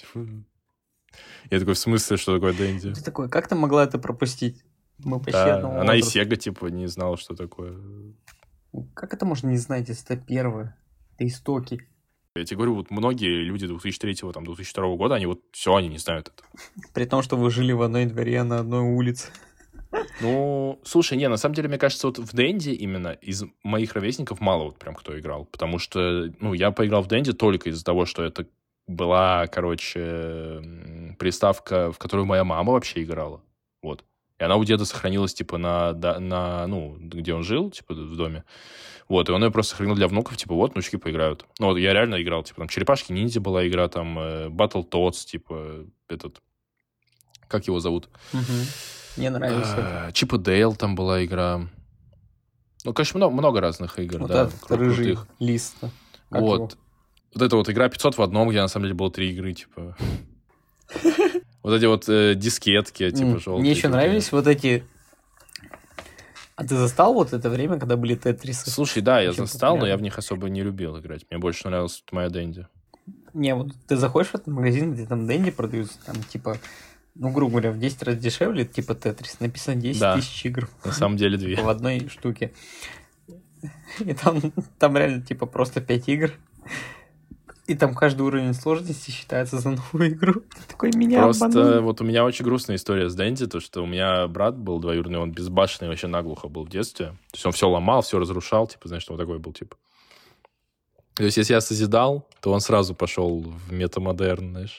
Я такой, в смысле, что такое Дэнди? Ты такой, как ты могла это пропустить? Мы почти одного Она и возраста. Сега, типа, не знала, что такое. Как это можно не знать, если это первое? Это истоки. Я тебе говорю, вот многие люди 2003-го, там, 2002 года, они вот все, они не знают это. При том, что вы жили в одной дворе на одной улице. Ну, слушай, не, на самом деле, мне кажется, вот в Дэнди именно из моих ровесников мало вот прям кто играл. Потому что, ну, я поиграл в Дэнди только из-за того, что это была, короче, приставка, в которую моя мама вообще играла. Вот. И она у деда сохранилась, типа, ну, где он жил, типа, в доме. Вот, и он ее просто сохранил для внуков, типа, вот, внучки поиграют. Ну, вот я реально играл, типа, там, Черепашки-ниндзя была игра, там, Battletoads, типа, этот... Как его зовут? Мне нравится. Чип и Дейл там была игра. Ну, конечно, много разных игр, вот да. этот рыжий лист. Вот. Его? Вот эта вот игра 500 в одном, где на самом деле было 3 игры, типа... Вот эти вот дискетки, типа, желтые. Мне еще нравились вот эти... А ты застал вот это время, когда были тетрисы? Слушай, да, я застал, но я в них особо не любил играть. Мне больше нравилась моя Дэнди. Не, вот ты заходишь в этот магазин, где там Дэнди продаются, там, типа... Ну, грубо говоря, в 10 раз дешевле, типа Тетрис. Написано 10 тысяч игр. На самом деле 2. В одной штуке. И там реально, типа, просто 5 игр. И там каждый уровень сложности считается за новую игру. Ты такой, меня просто обманули. Вот у меня очень грустная история с Дэнди, то, что у меня брат был двоюродный, он безбашенный, вообще наглухо был в детстве. То есть он все ломал, все разрушал, типа, знаешь, что он такой был, типа. То есть если я созидал, то он сразу пошел в метамодерн, знаешь.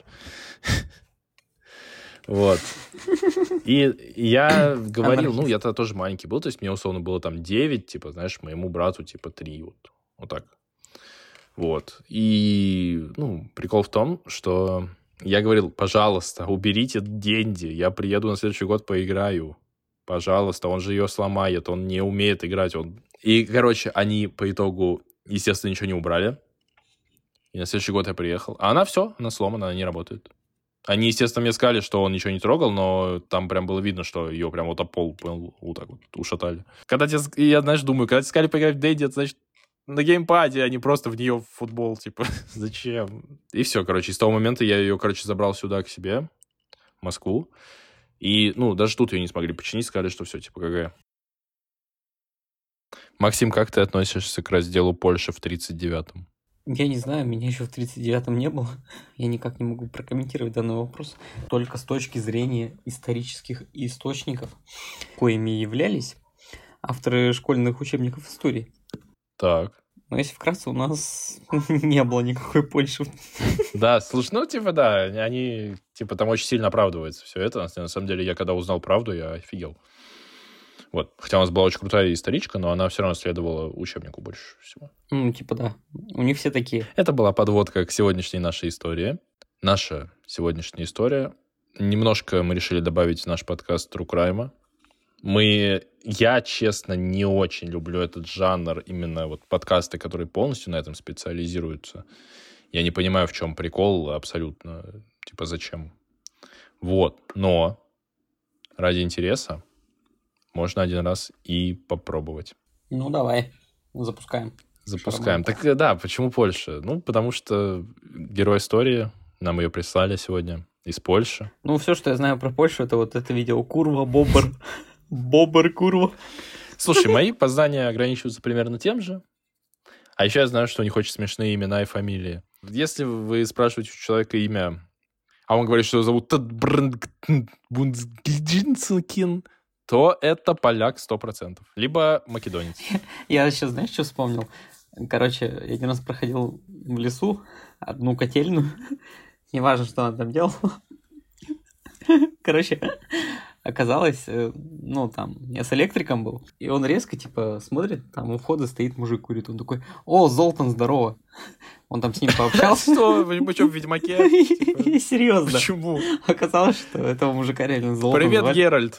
Вот. И я говорил, ну, я тогда тоже маленький был, то есть мне, условно, было там 9, типа, знаешь, моему брату, типа, 3, вот так. Вот. И, ну, прикол в том, что я говорил, пожалуйста, уберите Дэнди, я приеду на следующий год, поиграю. Пожалуйста, он же ее сломает, он не умеет играть. И, короче, они по итогу, естественно, ничего не убрали. И на следующий год я приехал. А она сломана, она не работает. Они, естественно, мне сказали, что он ничего не трогал, но там прям было видно, что ее прям вот об пол вот так вот ушатали. Я, знаешь, думаю, когда тебе сказали поиграть в Дэнди, это значит на геймпаде, а не просто в нее в футбол, типа, зачем? И все, короче, с того момента я ее, короче, забрал сюда к себе, в Москву. И, ну, даже тут ее не смогли починить, сказали, что все, типа, ГГ. Максим, как ты относишься к разделу Польши в 39-м? Я не знаю, меня еще в 39-м не было. Я никак не могу прокомментировать данный вопрос. Только с точки зрения исторических источников, коими являлись авторы школьных учебников истории. Так. Но если вкратце, у нас не было никакой Польши. Да, слушай, ну, типа, да, они, типа, там очень сильно оправдывается все это. На самом деле, я когда узнал правду, я офигел. Вот. Хотя у нас была очень крутая историчка, но она все равно следовала учебнику больше всего. Ну, типа, да. У них все такие. Это была подводка к сегодняшней нашей истории. Наша сегодняшняя история. Немножко мы решили добавить в наш подкаст True Crime. Я, честно, не очень люблю этот жанр, именно вот подкасты, которые полностью на этом специализируются. Я не понимаю, в чем прикол абсолютно. Типа, зачем? Вот. Но ради интереса можно один раз и попробовать. Ну, давай. Запускаем. Так, да, почему Польша? Ну, потому что герой истории, нам ее прислали сегодня из Польши. Ну, все, что я знаю про Польшу, это вот это видео «Курва, бобр». Бобр, курва. Слушай, мои познания ограничиваются примерно тем же. А еще я знаю, что у них очень смешные имена и фамилии. Если вы спрашиваете у человека имя, а он говорит, что его зовут Бундсгиджинцкин, то это поляк 100%. Либо македонец. Я сейчас, знаешь, что вспомнил? Короче, я один раз проходил в лесу одну котельную. Неважно, что она там делала. Короче, оказалось, ну, там, я с электриком был, и он резко, типа, смотрит, там у входа стоит мужик, курит. Он такой: «О, Золтан, здорово!» Он там с ним пообщался. Что? Вы что, в Ведьмаке? Серьезно. Почему? Оказалось, что этого мужика реально Золтан Привет, звали. Геральт.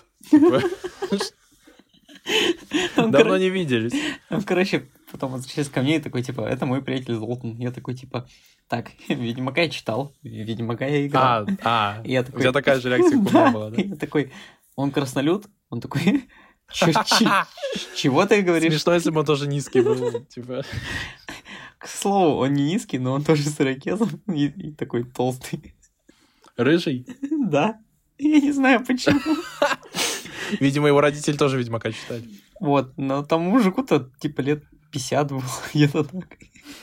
Давно не виделись. Он, короче, потом возвращается ко мне и такой, типа: «Это мой приятель Золтан». Я такой, типа: «Так, Ведьмака я читал, Ведьмака я играл». Я У такой: тебя такая же реакция, как у меня «Да». была, да? Я такой: «Он краснолюд?» Он такой: «Чего ты говоришь?» Смешно, если бы он тоже низкий был. Типа. К слову, он не низкий, но он тоже с ирокезом и такой толстый. Рыжий? Да. Я не знаю почему. Видимо, его родители тоже Ведьмака читали. Вот, но там мужику-то типа лет 50 было, где-то так.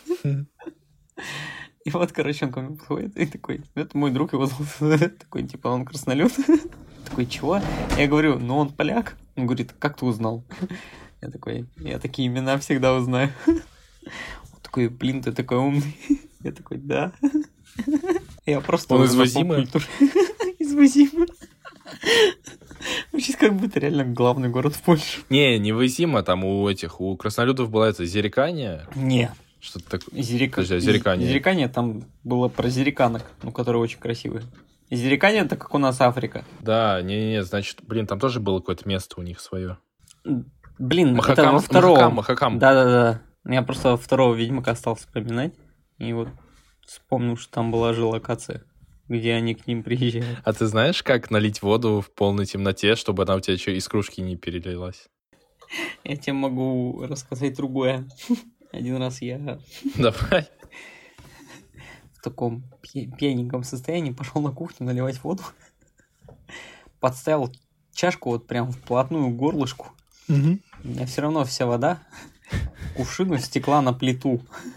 И вот, короче, он ко мне подходит и такой: «Это мой друг, его зовут». Такой, типа: «Он краснолюд». Такой: «Чего?» Я говорю: «Ну, он поляк». Он говорит: «Как ты узнал?» Я такой: «Я такие имена всегда узнаю». Он такой: «Блин, ты такой умный». Я такой: «Да». Я просто... Он из Вазимы? Из Вазимы. Звучит, как будто реально главный город в Польше. Не Вазима, там у краснолюдов была это Зерикания. Не. Что-то такое. Подожди, Зерикания. Зерикания там было про зериканок, ну, которые очень красивые. И Зерикания — это как у нас Африка. Да, не, значит, блин, там тоже было какое-то место у них свое. Блин, Махакам, это во втором. Махакам. Да. Я просто во второго Ведьмака стал вспоминать. И вот вспомнил, что там была же локация, где они к ним приезжают. А ты знаешь, как налить воду в полной темноте, чтобы она у тебя еще из кружки не перелилась? Я тебе могу рассказать другое. Один раз я Давай. в таком пьяненьком состоянии пошел на кухню наливать воду. Подставил чашку вот прям вплотную к горлышку. У меня все равно вся вода в кувшину стекла на плиту.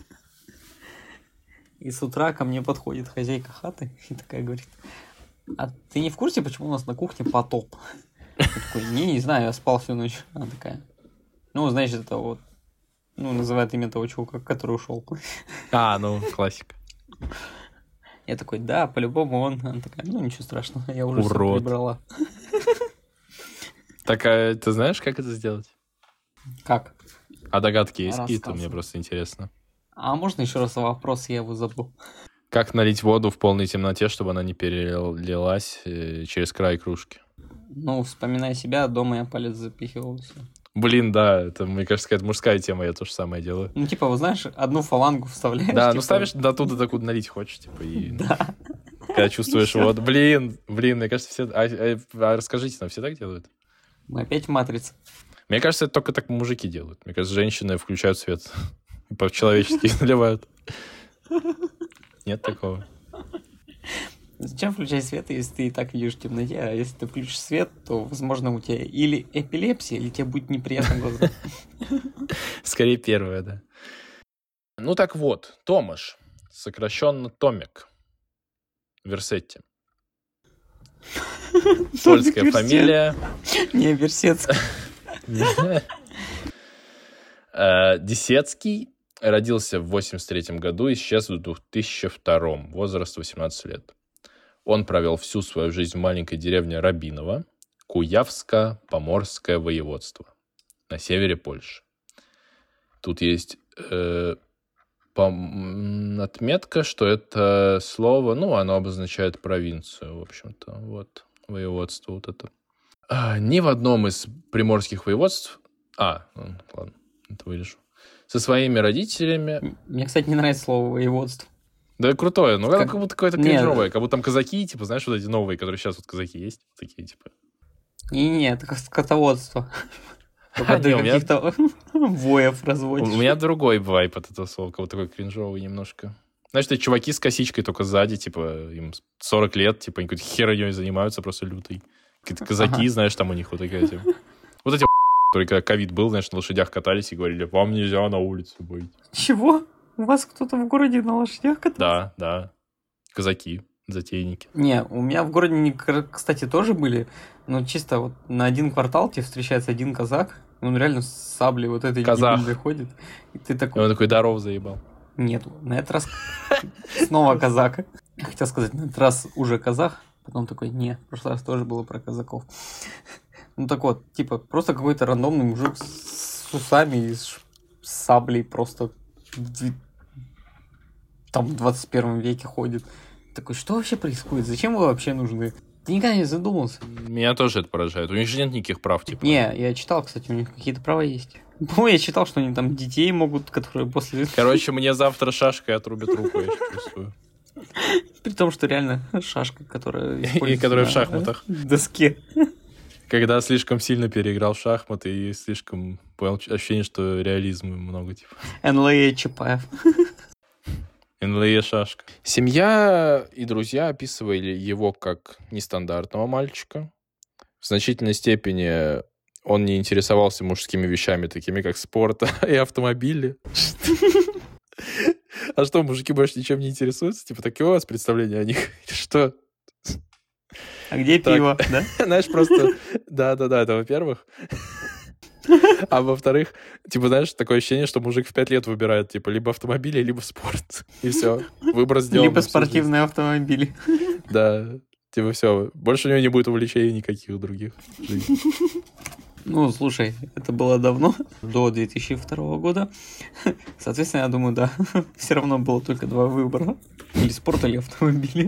И с утра ко мне подходит хозяйка хаты и такая говорит: «А ты не в курсе, почему у нас на кухне потоп?» Я такой: не знаю, я спал всю ночь». Она такая: «Ну, значит, это вот, ну, называет имя того чувака, который ушел». Ну, классика. Я такой: «Да, по-любому он». Она такая: «Ну, ничего страшного, я уже все Урод. прибрала». Так, а ты знаешь, как это сделать? Как? А догадки есть какие-то? Рассказывай. Мне просто интересно. А можно еще раз вопрос, я его забыл? Как налить воду в полной темноте, чтобы она не перелилась через край кружки? Ну, вспоминая себя, дома я палец запихивал все. Блин, да, это, мне кажется, какая-то мужская тема, я то же самое делаю. Ну, типа, вот знаешь, одну фалангу вставляешь. Да, типа... ну ставишь до туда, докуда налить хочешь, типа, и... Да. Когда чувствуешь воду. Блин, мне кажется, все... А расскажите нам, все так делают? Мы опять в матрице. Мне кажется, это только так мужики делают. Мне кажется, женщины включают свет. По-человечески наливают. Нет такого. Зачем включать свет, если ты и так идешь в темноте? А если ты включишь свет, то, возможно, у тебя или эпилепсия, или тебе будет неприятно глазам. Скорее первое, да. Ну так вот, Томаш, сокращенно Томик, Версетти. Польская фамилия. Не, Версетский. Десецкий. Родился в 1983 году, исчез в 2002, возраст 18 лет. Он провел всю свою жизнь в маленькой деревне Рабиново, Куявско-Поморское воеводство, на севере Польши. Тут есть отметка, что это слово, оно обозначает провинцию, в общем-то, вот, воеводство вот это. Ни в одном из приморских воеводств... ладно, это вырежу. Со своими родителями... Мне, кстати, не нравится слово «воеводство». Да крутое, но как будто какое-то кринжовое, как будто там казаки, типа, знаешь, вот эти новые, которые сейчас вот казаки есть, такие, типа... Не, это как скотоводство. Только Не, ты у меня- каких-то воев разводишь. У меня другой вайп от этого слова, как будто такой кринжовый немножко. Знаешь, эти чуваки с косичкой только сзади, типа, им 40 лет, типа, они какой-то херней занимаются просто лютой. Какие-то казаки, Ага. знаешь, там у них вот такая, типа... Вот эти которые когда ковид был, знаешь, на лошадях катались и говорили: вам нельзя на улицу быть. Чего? У вас кто-то в городе на лошадях катается? Да. Казаки, затейники. Не, у меня в городе, кстати, тоже были, но чисто вот на один квартал тебе встречается один казак, Он реально с саблей вот этой Казах. дебильной ходит. И ты И такой... он такой, даров заебал. Нет, на этот раз снова казак. Хотел сказать, на этот раз уже казах. Потом такой, не, в прошлый раз тоже было про казаков. Ну так вот, типа, просто какой-то рандомный мужик с усами и с саблей просто там в 21 веке ходит. Такой, что вообще происходит? Зачем вы вообще нужны? Ты никогда не задумался? Меня тоже это поражает. У них же нет никаких прав, типа. Не, я читал, кстати, у них какие-то права есть. По-моему, я читал, что они там детей могут, которые после... Короче, мне завтра шашкой отрубят руку, я чувствую. При том, что реально шашка, которая И которая в шахматах. доске. Когда слишком сильно переиграл в шахматы и слишком понял ощущение, что реализма много, типа. НЛА Чапаев. НЛЕ шашка. Семья и друзья описывали его как нестандартного мальчика. В значительной степени он не интересовался мужскими вещами, такими как спорт и автомобили. А что, мужики больше ничем не интересуются? Типа, такие у вас представления о них? Что? А где пиво, да? Знаешь, просто... Да, это во-первых. А во-вторых, типа, знаешь, такое ощущение, что мужик в 5 лет выбирает, типа, либо автомобили, либо спорт. И все. Выбор сделан. Либо спортивные автомобили. Да. Типа, все. Больше у него не будет увлечений никаких других. Ну, слушай, это было давно, до 2002 года. Соответственно, я думаю, да, все равно было только два выбора. Или спорт, или автомобили.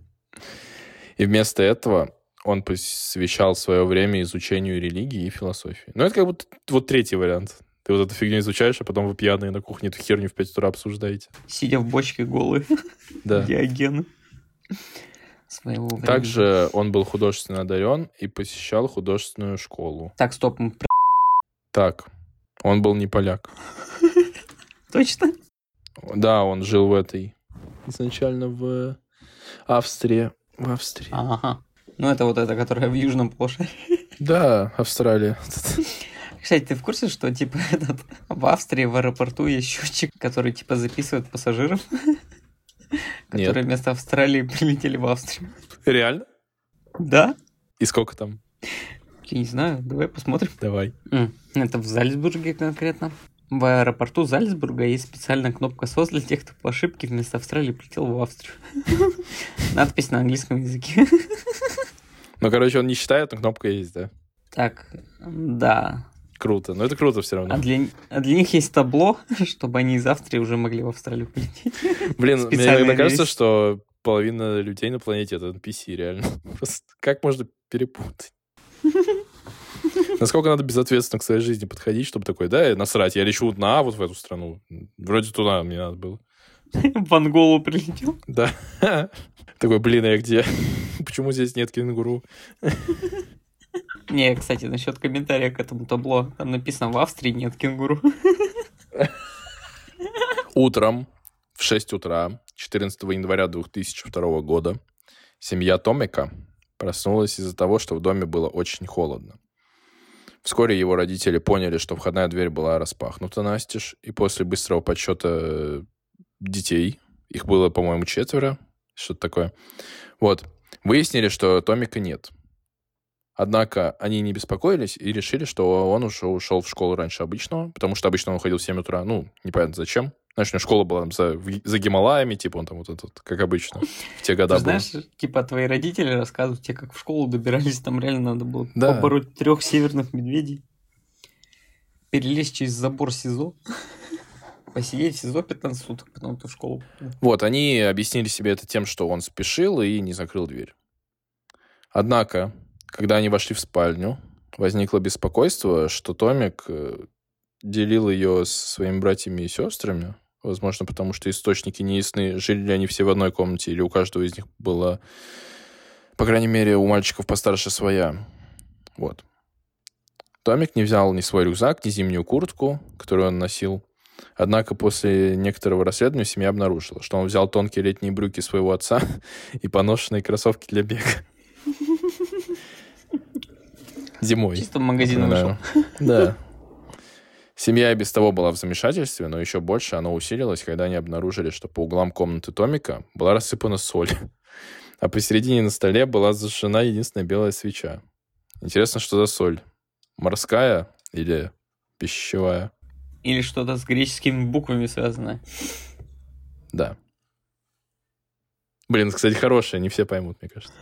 И вместо этого он посвящал свое время изучению религии и философии. Ну, это как будто вот третий вариант. Ты вот эту фигню изучаешь, а потом вы пьяные на кухне эту херню в 5 утра обсуждаете. Сидя в бочке голые. Да. Диогены. Своего времени. Также он был художественно одарен и посещал художественную школу. Так, стоп. Так, он был не поляк. Точно? Да, он жил в этой... Изначально в Австрии. В Австрии. Ага. Ну, это вот эта, которая в южном полушарии. Да, Австралия. Кстати, ты в курсе, что, типа, в Австрии в аэропорту есть счетчик, который, типа, записывает пассажиров, которые вместо Австралии прилетели в Австрию? Реально? Да? И сколько там? Я не знаю, давай посмотрим. Давай. Это в Зальцбурге конкретно. В аэропорту Зальцбурга есть специальная кнопка SOS для тех, кто по ошибке вместо Австралии прилетел в Австрию. Надпись на английском языке. Ну, короче, он не считает, но кнопка есть, да? Так, да. Круто. Но это круто все равно. А для них есть табло, чтобы они из Австрии уже могли в Австралию полететь. Блин, мне иногда кажется, что половина людей на планете — это NPC, реально. Просто как можно перепутать? Насколько надо безответственно к своей жизни подходить, чтобы такой, да, насрать, я лечу вот в эту страну. Вроде туда мне надо было. В Анголу прилетел. Да. Такой, блин, а я где? Почему здесь нет кенгуру? Не, кстати, насчет комментария к этому табло. Там написано, в Австрии нет кенгуру. Утром в 6 утра 14 января 2002 года семья Томика проснулась из-за того, что в доме было очень холодно. Вскоре его родители поняли, что входная дверь была распахнута настежь, и после быстрого подсчета детей, их было, по-моему, 4, что-то такое, вот, выяснили, что Томика нет. Однако они не беспокоились и решили, что он уже ушел в школу раньше обычного, потому что обычно он уходил в 7 утра, ну, непонятно зачем. Знаешь, у него школа была там за Гималаями, типа он там вот этот, как обычно, в те года был. Знаешь, типа твои родители рассказывают тебе, как в школу добирались, там реально надо было побороть 3 северных медведей, перелезть через забор СИЗО, посидеть в СИЗО 15 суток, потом ты в школу. Вот, они объяснили себе это тем, что он спешил и не закрыл дверь. Однако, когда они вошли в спальню, возникло беспокойство, что Томик делил ее с своими братьями и сестрами, возможно, потому что источники не ясны, жили ли они все в одной комнате, или у каждого из них была, по крайней мере, у мальчиков постарше своя. Вот. Томик не взял ни свой рюкзак, ни зимнюю куртку, которую он носил. Однако после некоторого расследования семья обнаружила, что он взял тонкие летние брюки своего отца и поношенные кроссовки для бега. Зимой. Чисто в магазин вышел. Да. Семья и без того была в замешательстве, но еще больше оно усилилось, когда они обнаружили, что по углам комнаты Томика была рассыпана соль, а посередине на столе была зажжена единственная белая свеча. Интересно, что за соль? Морская или Пищевая. Или что-то с греческими буквами связанное. Да. Блин, кстати, хорошая, не все поймут, мне кажется.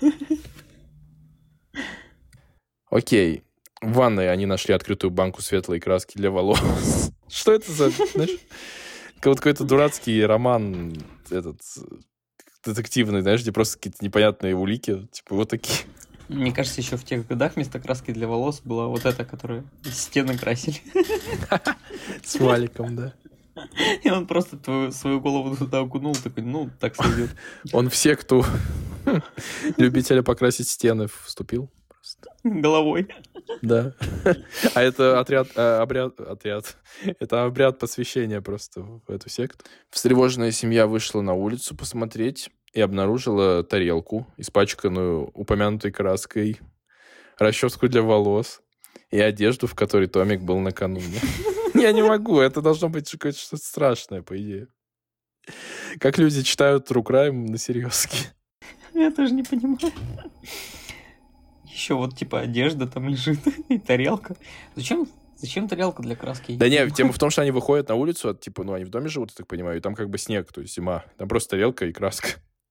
Окей. В ванной они нашли открытую банку светлой краски для волос. Что это за, знаешь, какой-то дурацкий роман этот детективный, знаешь, где просто какие-то непонятные улики, типа вот такие. Мне кажется, еще в тех годах вместо краски для волос была вот эта, которую стены красили. С валиком, да. И он просто свою голову туда окунул, такой, ну, так сойдет. Он в секту любителя покрасить стены вступил. Головой. Да. А это обряд. Это обряд посвящения просто в эту секту. Встревоженная семья вышла на улицу посмотреть и обнаружила тарелку, испачканную упомянутой краской, расческу для волос и одежду, в которой Томик был накануне. Я не могу, это должно быть какое-то что-то страшное, по идее. Как люди читают True Crime на серьезке. Я тоже не понимаю. Еще вот типа одежда там лежит и тарелка. Зачем тарелка для краски? Да не, тема в том, что они выходят на улицу, типа, ну, они в доме живут, я так понимаю, и там как бы снег, то есть зима. Там просто тарелка и краска.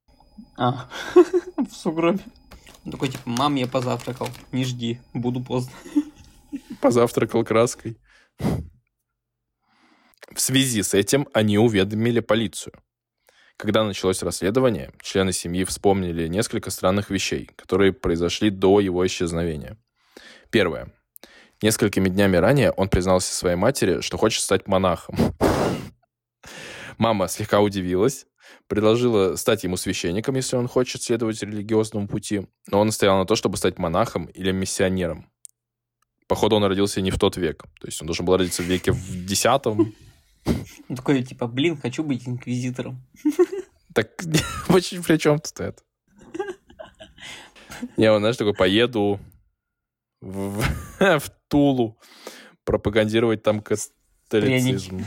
В сугробе. Такой, типа, мам, я позавтракал. Не жди, буду поздно. Позавтракал краской. В связи с этим они уведомили полицию. Когда началось расследование, члены семьи вспомнили несколько странных вещей, которые произошли до его исчезновения. Первое. Несколькими днями ранее он признался своей матери, что хочет стать монахом. Мама слегка удивилась, предложила стать ему священником, если он хочет следовать религиозному пути, но он настоял на то, чтобы стать монахом или миссионером. Походу, он родился не в тот век. То есть он должен был родиться в веке в 10-м. Он такой, типа, блин, хочу быть инквизитором. Так, при чем тут это? Не, он, знаешь, такой, поеду в Тулу пропагандировать там католицизм.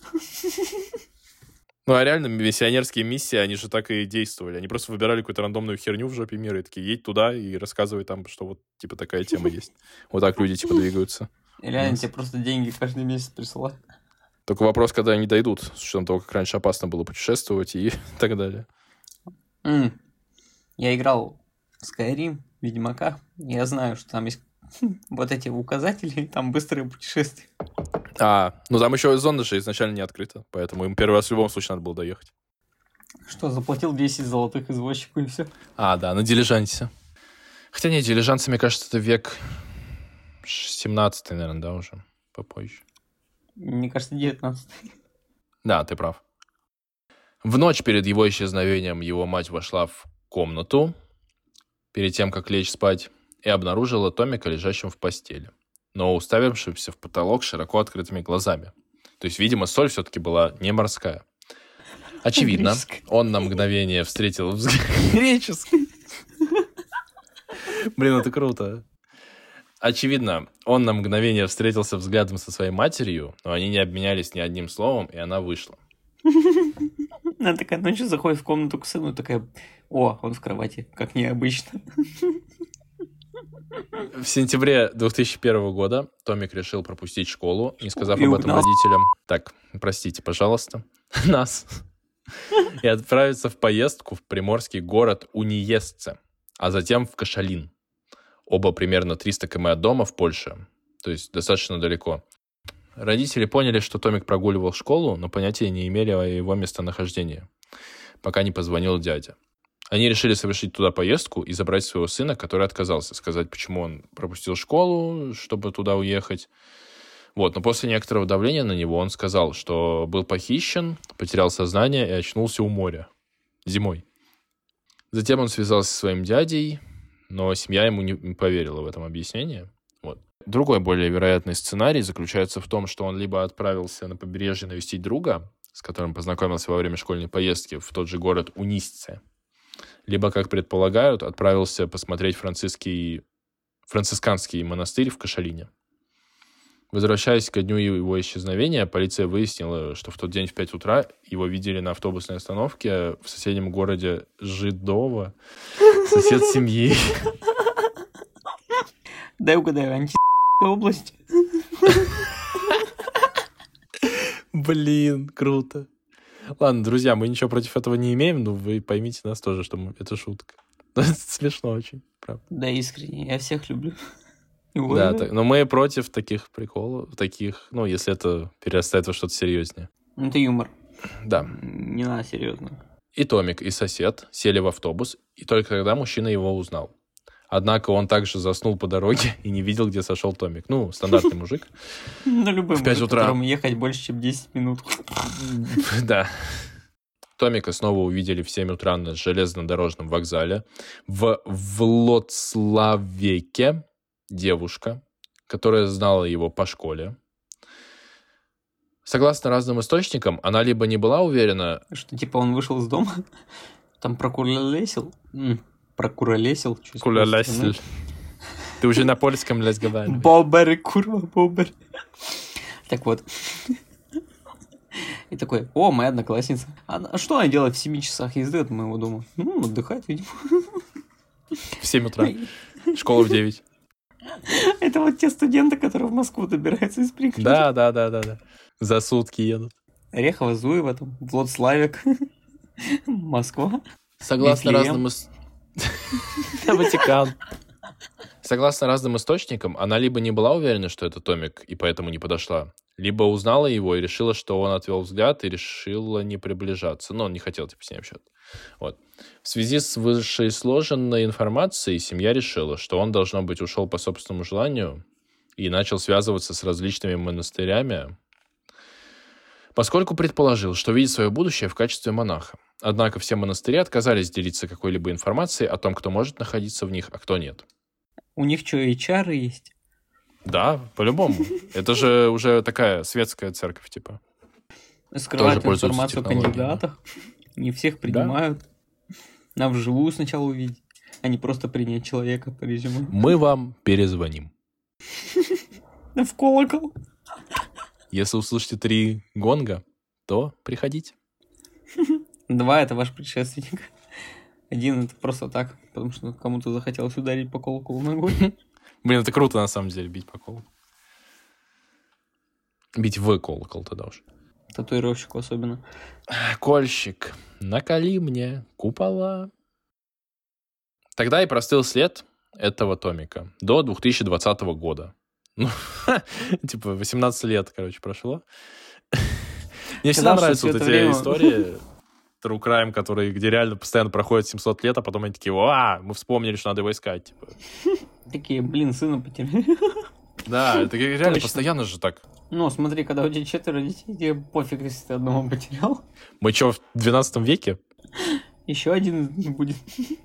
Ну, а реально, миссионерские миссии, они же так и действовали. Они просто выбирали какую-то рандомную херню в жопе мира и такие, едь туда и рассказывай там, что вот, типа, такая тема есть. Вот так люди, типа, двигаются. Или они тебе просто деньги каждый месяц присылают. Только вопрос, когда они дойдут, с учетом того, как раньше опасно было путешествовать и так далее. Я играл в Skyrim, Ведьмака. Я знаю, что там есть вот эти указатели, там быстрые путешествия. Ну там еще зона же изначально не открыта, поэтому им первый раз в любом случае надо было доехать. Что, заплатил 10 золотых извозчику и все? Да, на дилижансе. Хотя нет, дилижансы, мне кажется, это век 17-й, наверное, да, уже попозже. Мне кажется, 19. Да, ты прав. В ночь перед его исчезновением его мать вошла в комнату перед тем, как лечь спать, и обнаружила Томика лежащим в постели, но уставившимся в потолок широко открытыми глазами. То есть, видимо, соль все-таки была не морская. Очевидно, он на мгновение встретил взгляд... Греческий. Блин, это круто. Очевидно, он на мгновение встретился взглядом со своей матерью, но они не обменялись ни одним словом, и она вышла. Она такая ночью заходит в комнату к сыну, такая, он в кровати, как необычно. В сентябре 2001 года Томик решил пропустить школу, не сказав об этом родителям. Так, простите, пожалуйста, нас. И отправиться в поездку в приморский город Униесце, а затем в Кошалин. Оба примерно 300 км от дома в Польше, то есть достаточно далеко. Родители поняли, что Томик прогуливал школу, но понятия не имели о его местонахождении, пока не позвонил дядя. Они решили совершить туда поездку и забрать своего сына, который отказался, сказать, почему он пропустил школу, чтобы туда уехать. Но после некоторого давления на него он сказал, что был похищен, потерял сознание и очнулся у моря зимой. Затем он связался со своим дядей, но семья ему не поверила в этом объяснении. Другой, более вероятный сценарий заключается в том, что он либо отправился на побережье навестить друга, с которым познакомился во время школьной поездки в тот же город Унисце, либо, как предполагают, отправился посмотреть францисканский монастырь в Кошалине. Возвращаясь ко дню его исчезновения, полиция выяснила, что в тот день в 5 утра его видели на автобусной остановке в соседнем городе Жидово, сосед семьи. Дай угадаю, область. Блин, круто. Ладно, друзья, мы ничего против этого не имеем, но вы поймите нас тоже, что это шутка. Это смешно очень, правда. Да, искренне. Я всех люблю. Да, но мы против таких приколов, ну, если это перерастает во что-то серьезнее. Это юмор. Да. Не надо серьезно. И Томик, и сосед сели в автобус, и только тогда мужчина его узнал. Однако он также заснул по дороге и не видел, где сошел Томик. Ну, стандартный мужик. Ну, любой в 5 мужик, утра. которому ехать больше, чем 10 минут. Да. Томика снова увидели в 7 утра на железнодорожном вокзале в Влоцлавеке. Девушка, которая знала его по школе. Согласно разным источникам, она либо не была уверена... Что, типа, он вышел из дома, там прокуролесил. Куролесил. Ты уже на польском разговариваешь. Бобер, курва, бобер. Так вот. И такой, о, моя одноклассница. А что она делает в 7 часах езды от моего дома? Ну, отдыхает, видимо. В 7 утра. Школа в 9. Это вот те студенты, которые в Москву добираются из Прикрытия. Да. За сутки едут. Орехово, Зуево, там, Владславик, Москва. Согласно разным... Ватикан. Согласно разным источникам, она либо не была уверена, что это Томик, и поэтому не подошла, либо узнала его и решила, что он отвел взгляд, и решила не приближаться. Но он не хотел, типа, с ней общаться. Вот. В связи с вышеизложенной информацией семья решила, что он, должно быть, ушел по собственному желанию и начал связываться с различными монастырями, поскольку предположил, что видит свое будущее в качестве монаха. Однако все монастыри отказались делиться какой-либо информацией о том, кто может находиться в них, а кто нет. У них что, HR есть? Да, по-любому. Это же уже такая светская церковь, типа. Скрывают информацию о кандидатах. Не всех принимают. Нам вживую сначала увидеть, а не просто принять человека по резюме. Мы вам перезвоним. В колокол. Если услышите 3 гонга, то приходите. 2 — это ваш предшественник. 1 — это просто так, потому что кому-то захотелось ударить по колоколу ногой. Блин, это круто, на самом деле, бить по колоколу. Бить в колокол тогда уж. Татуировщику особенно. Кольщик, наколи мне купола. Тогда и простыл след этого Томика до 2020 года. Ну, типа 18 лет, короче, прошло. Мне всегда нравятся вот эти истории True Crime, где реально постоянно проходит 700 лет, а потом они такие, мы вспомнили, что надо его искать. Типа. Такие, блин, сына потеряли. Да, это реально постоянно же так. Ну, смотри, когда у тебя 4 детей, тебе пофиг, если ты одного потерял. Мы что, в 12 веке? Еще один из них будет.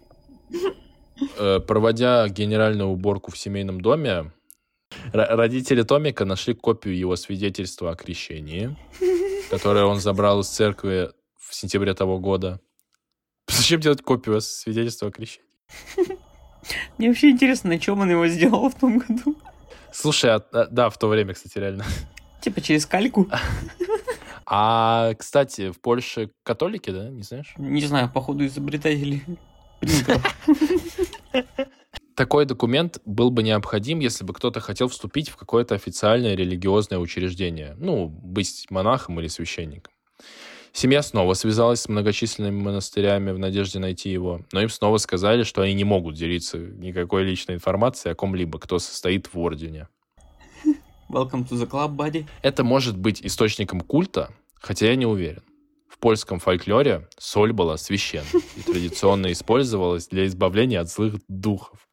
Проводя генеральную уборку в семейном доме, родители Томика нашли копию его свидетельства о крещении, которое он забрал из церкви в сентябре того года. Зачем делать копию свидетельства о крещении? Мне вообще интересно, на чем он его сделал в том году. Слушай, да, в то время, кстати, реально. Типа через кальку? Кстати, в Польше католики, да? Не знаешь? Не знаю, походу изобретатели принтеров. Такой документ был бы необходим, если бы кто-то хотел вступить в какое-то официальное религиозное учреждение. Ну, быть монахом или священником. Семья снова связалась с многочисленными монастырями в надежде найти его, но им снова сказали, что они не могут делиться никакой личной информацией о ком-либо, кто состоит в ордене. Welcome to the club, buddy. Это может быть источником культа, хотя я не уверен. В польском фольклоре соль была священной и традиционно использовалась для избавления от злых духов.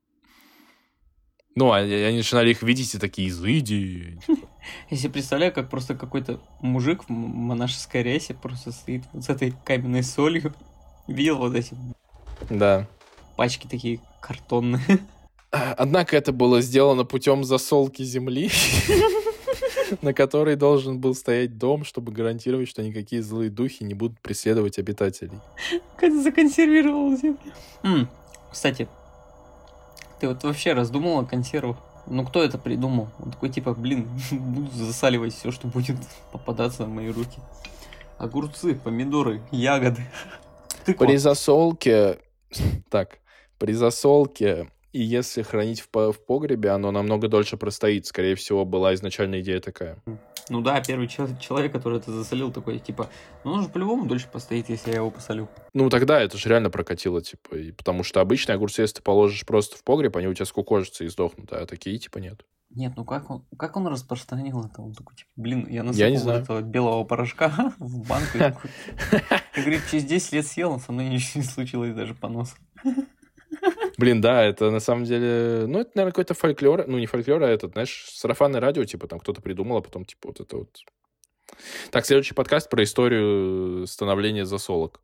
Ну, они начинали их видеть и такие, изыди. Я себе представляю, как просто какой-то мужик в монашеской рясе просто стоит вот с этой каменной солью. Видел вот эти пачки такие картонные. Однако это было сделано путем засолки земли, на которой должен был стоять дом, чтобы гарантировать, что никакие злые духи не будут преследовать обитателей. Как ты законсервировал землю. Кстати, ты вот вообще раздумал о консервах? Ну, кто это придумал? Он такой, типа, блин, буду засаливать все, что будет попадаться на мои руки. Огурцы, помидоры, ягоды. При засолке... При засолке, и если хранить в погребе, оно намного дольше простоит. Скорее всего, была изначально идея такая. Ну да, первый человек, который это засолил, такой, типа, ну он же по-любому дольше постоит, если я его посолю. Ну, тогда это же реально прокатило, типа, потому что обычные огурцы, если ты положишь просто в погреб, они у тебя скукожатся и сдохнут, а такие, типа, нет. Нет, ну как он распространил это? Он такой, типа, блин, я Я насыпал не вот знаю. этого белого порошка в банку. И такой, я, говорит, через 10 лет съел, со мной ничего не случилось, даже понос. Блин, да, это на самом деле... Ну, это, наверное, какой-то фольклор. Ну, не фольклор, а этот, знаешь, сарафанное радио, типа, там кто-то придумал, а потом, типа, вот это вот... Так, следующий подкаст про историю становления засолок.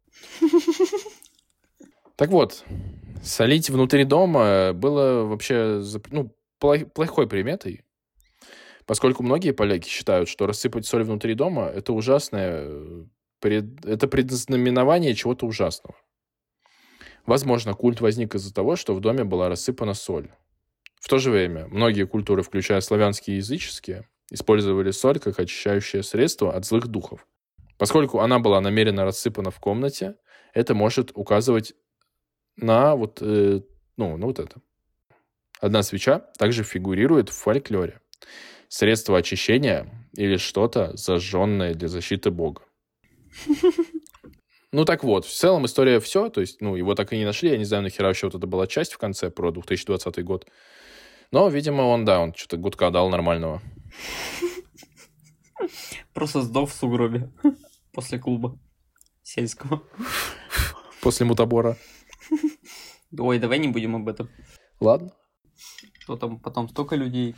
Так вот, солить внутри дома было вообще, ну, плохой приметой, поскольку многие поляки считают, что рассыпать соль внутри дома — это ужасное... Это предзнаменование чего-то ужасного. Возможно, культ возник из-за того, что в доме была рассыпана соль. В то же время многие культуры, включая славянские и языческие, использовали соль как очищающее средство от злых духов. Поскольку она была намеренно рассыпана в комнате, это может указывать на вот, на вот это. Одна свеча также фигурирует в фольклоре. Средство очищения или что-то, зажженное для защиты Бога. Ну, так вот, в целом история все, то есть, ну, его так и не нашли, я не знаю, нахера вообще вот это была часть в конце про 2020 год. Но, видимо, он что-то гудка дал нормального. Просто сдох в сугробе после клуба сельского. После мутабора. Ой, давай не будем об этом. Ладно. Что там потом столько людей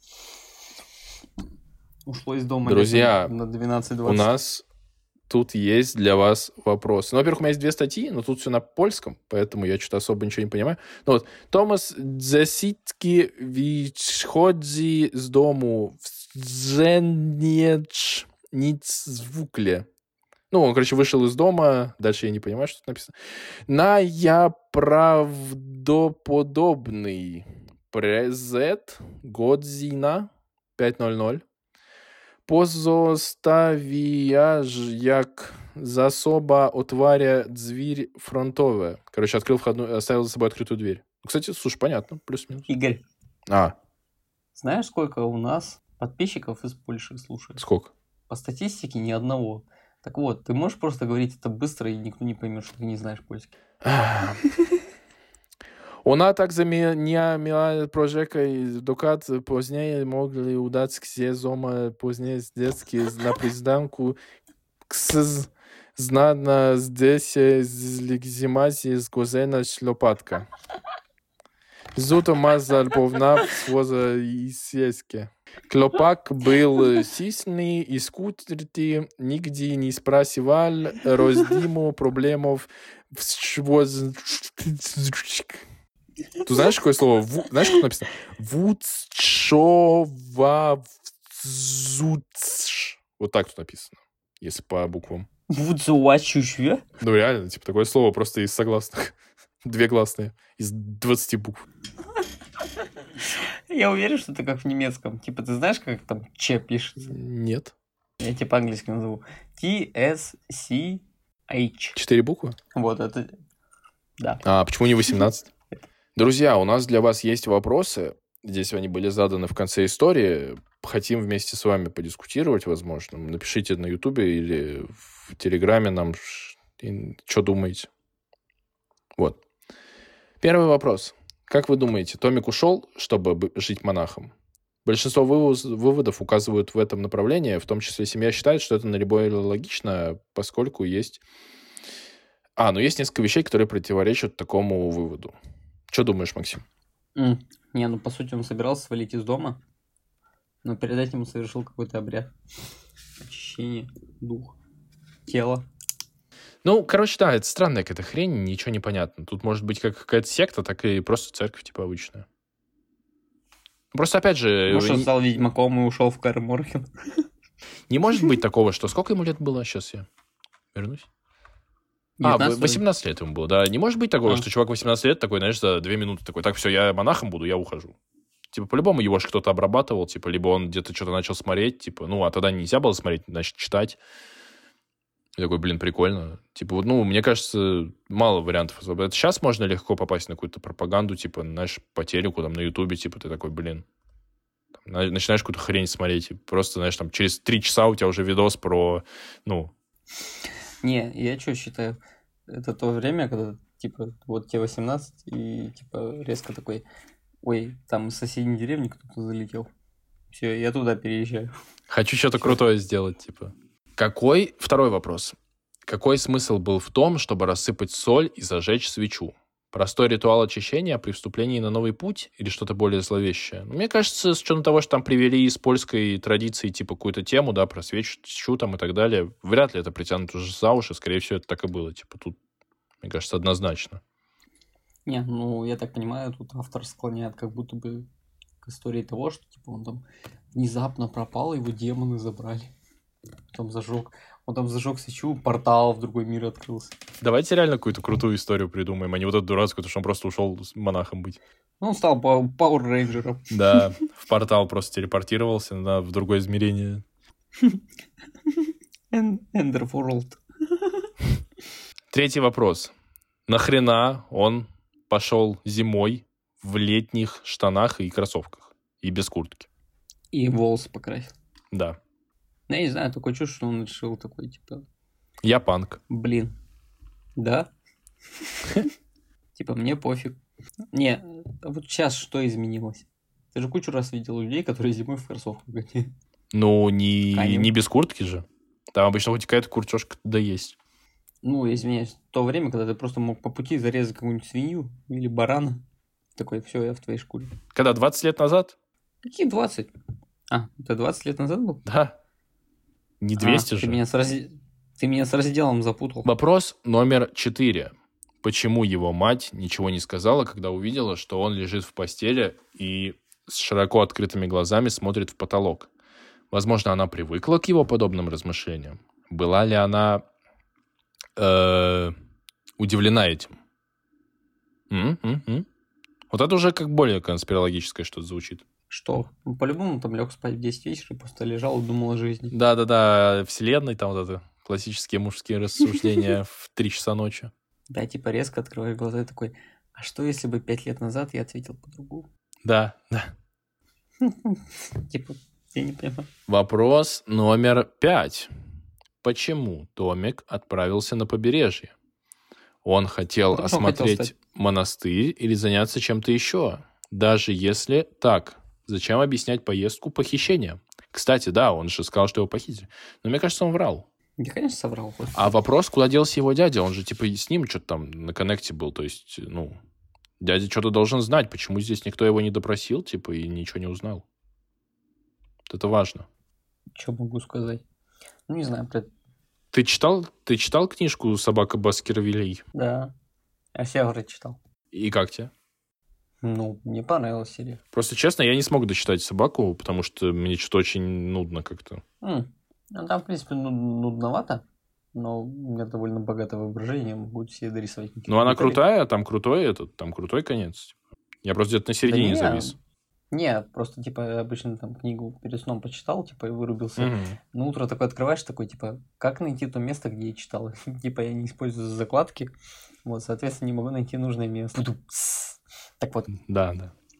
ушло из дома. Друзья, на 12-20. у нас тут есть для вас вопросы. Ну, во-первых, у меня есть 2 статьи, но тут все на польском, поэтому я что-то особо ничего не понимаю. Ну вот, Томас Заситки wychodzi z domu wzrzędniecz nic zwukle. Ну, он, короче, вышел из дома, дальше я не понимаю, что тут написано. Najprawdopodobniej prezet godzina 5:00. Pozostawiasz jak за собой отваря дверь фронтовая. Короче, оставил за собой открытую дверь. Кстати, слушай, понятно, плюс-минус. Игорь, А, знаешь, сколько у нас подписчиков из Польши слушает? сколько? По статистике ни одного. Так вот, ты можешь просто говорить это быстро, и никто не поймет, что ты не знаешь польский. Ona także nie miała projektu, dokąd później mogli udać się zoma później z dzieckiem na przystanku znana здесь z legitimacji zgłoszona ślopatka. Zuto ma zarpowna swoza i sieskie. Klopak był silny i skutry, nigdy nie sprawiał rozdymu problemów w Ты знаешь, какое слово? Знаешь, как написано? Вудшовавцуц. Вот так тут написано, если по буквам. Вудзуачушве? Ну, реально, типа, такое слово просто из согласных. 2 гласные из 20 букв. Я уверен, что это как в немецком. Типа, ты знаешь, как там Ч пишется? Нет. Я тебе по-английски назову. TSCH. 4 буквы? Вот это... Да. А почему не 18? Друзья, у нас для вас есть вопросы. Здесь они были заданы в конце истории. Хотим вместе с вами подискутировать, возможно. Напишите на Ютубе или в Телеграме нам, что думаете. Вот. Первый вопрос. Как вы думаете, Томик ушел, чтобы жить монахом? Большинство выводов указывают в этом направлении, в том числе семья считает, что это наиболее логично, поскольку есть... есть несколько вещей, которые противоречат такому выводу. Что думаешь, Максим? Не, ну по сути он собирался свалить из дома, но перед этим он совершил какой-то обряд. Очищение духа, тела. Ну, короче, да, это странная какая-то хрень, ничего не понятно. Тут может быть как какая-то секта, так и просто церковь, типа, обычная. Просто, опять же... Может, он стал ведьмаком и ушел в Кэр Морхен. Не может быть такого, что... Сколько ему лет было? Сейчас я вернусь. 18 лет ему было, да. Не может быть такого, что чувак 18 лет такой, знаешь, за 2 минуты такой, так, все, я монахом буду, я ухожу. Типа, по-любому его же кто-то обрабатывал, типа, либо он где-то что-то начал смотреть, типа, а тогда нельзя было смотреть, значит, читать. Я такой, блин, прикольно. Типа, вот, мне кажется, мало вариантов особо. Это сейчас можно легко попасть на какую-то пропаганду, типа, знаешь, по телеку, там, на Ютубе, типа, ты такой, блин. Начинаешь какую-то хрень смотреть, и просто, знаешь, там через 3 часа у тебя уже видос про, ну... Не, я что считаю? Это то время, когда, типа, вот тебе 18, и, типа, резко такой, ой, там из соседней деревни кто-то залетел. Все, я туда переезжаю. Хочу что-то крутое сделать, типа. Второй вопрос. Какой смысл был в том, чтобы рассыпать соль и зажечь свечу? Простой ритуал очищения при вступлении на новый путь или что-то более зловещее? Мне кажется, с учетом того, что там привели из польской традиции типа какую-то тему, да, про свечу там и так далее, вряд ли это притянут уже за уши, скорее всего, это так и было. Типа тут, мне кажется, однозначно. Не, ну, я так понимаю, тут автор склоняет как будто бы к истории того, что, типа, он там внезапно пропал, его демоны забрали. Он там зажег свечу, портал в другой мир открылся. Давайте реально какую-то крутую историю придумаем, а не вот эту дурацкую, потому что он просто ушел с монахом быть. Ну, он стал Power Рейнджером. Да, в портал просто телепортировался в другое измерение. Underworld. Третий вопрос. Нахрена он пошел зимой в летних штанах и кроссовках? И без куртки? И волосы покрасил. Да. Ну, я не знаю, такое чувство, что он решил такой, типа... Я панк. Блин. Да? Типа, мне пофиг. Не, а вот сейчас что изменилось? Ты же кучу раз видел людей, которые зимой в кроссовках гоняют. Ну, не без куртки же. Там обычно хоть какая-то куртежка да есть. Ну, извиняюсь, то время, когда ты просто мог по пути зарезать какую-нибудь свинью или барана. Такой, все, я в твоей шкуре. Когда, 20 лет назад? Какие 20? А, это 20 лет назад был? Да. Не 200 же. Ты меня с разделом запутал. Вопрос номер 4. Почему его мать ничего не сказала, когда увидела, что он лежит в постели и с широко открытыми глазами смотрит в потолок? Возможно, она привыкла к его подобным размышлениям. Была ли она удивлена этим? Вот это уже как более конспирологическое что-то звучит. Что? Ну, по-любому там лег спать в 10 вечера и просто лежал и думал о жизни. Да-да-да, вселенной, там вот это классические мужские рассуждения в 3 часа ночи. Да, типа резко открываешь глаза и такой, а что если бы 5 лет назад я ответил по-другому? Да. Типа, я не понимаю. Вопрос номер 5. Почему Томик отправился на побережье? Он хотел осмотреть монастырь или заняться чем-то еще? Даже если так, зачем объяснять поездку похищением? Кстати, да, он же сказал, что его похитили. Но мне кажется, он врал. Я, конечно, соврал. А вопрос, куда делся его дядя? Он же, типа, с ним что-то там на коннекте был. То есть, дядя что-то должен знать. Почему здесь никто его не допросил, типа, и ничего не узнал? Вот это важно. Что могу сказать? Ну, не знаю. Ты читал книжку «Собака Баскервилей»? Да. Я все уже читал. И как тебе? Ну, мне понравилась серия. Просто, честно, я не смог дочитать «Собаку», потому что мне что-то очень нудно как-то. Ну, там, в принципе, нудновато, но у меня довольно богатое воображение, могу себе дорисовать. Ну, она крутая, там крутой конец. Я просто где-то на середине завис. Не, просто, типа, обычно там книгу перед сном почитал, типа, и вырубился. На утро такой открываешь, такой, типа, как найти то место, где я читал? Типа, я не использую закладки, вот, соответственно, не могу найти нужное место. Так вот. Да.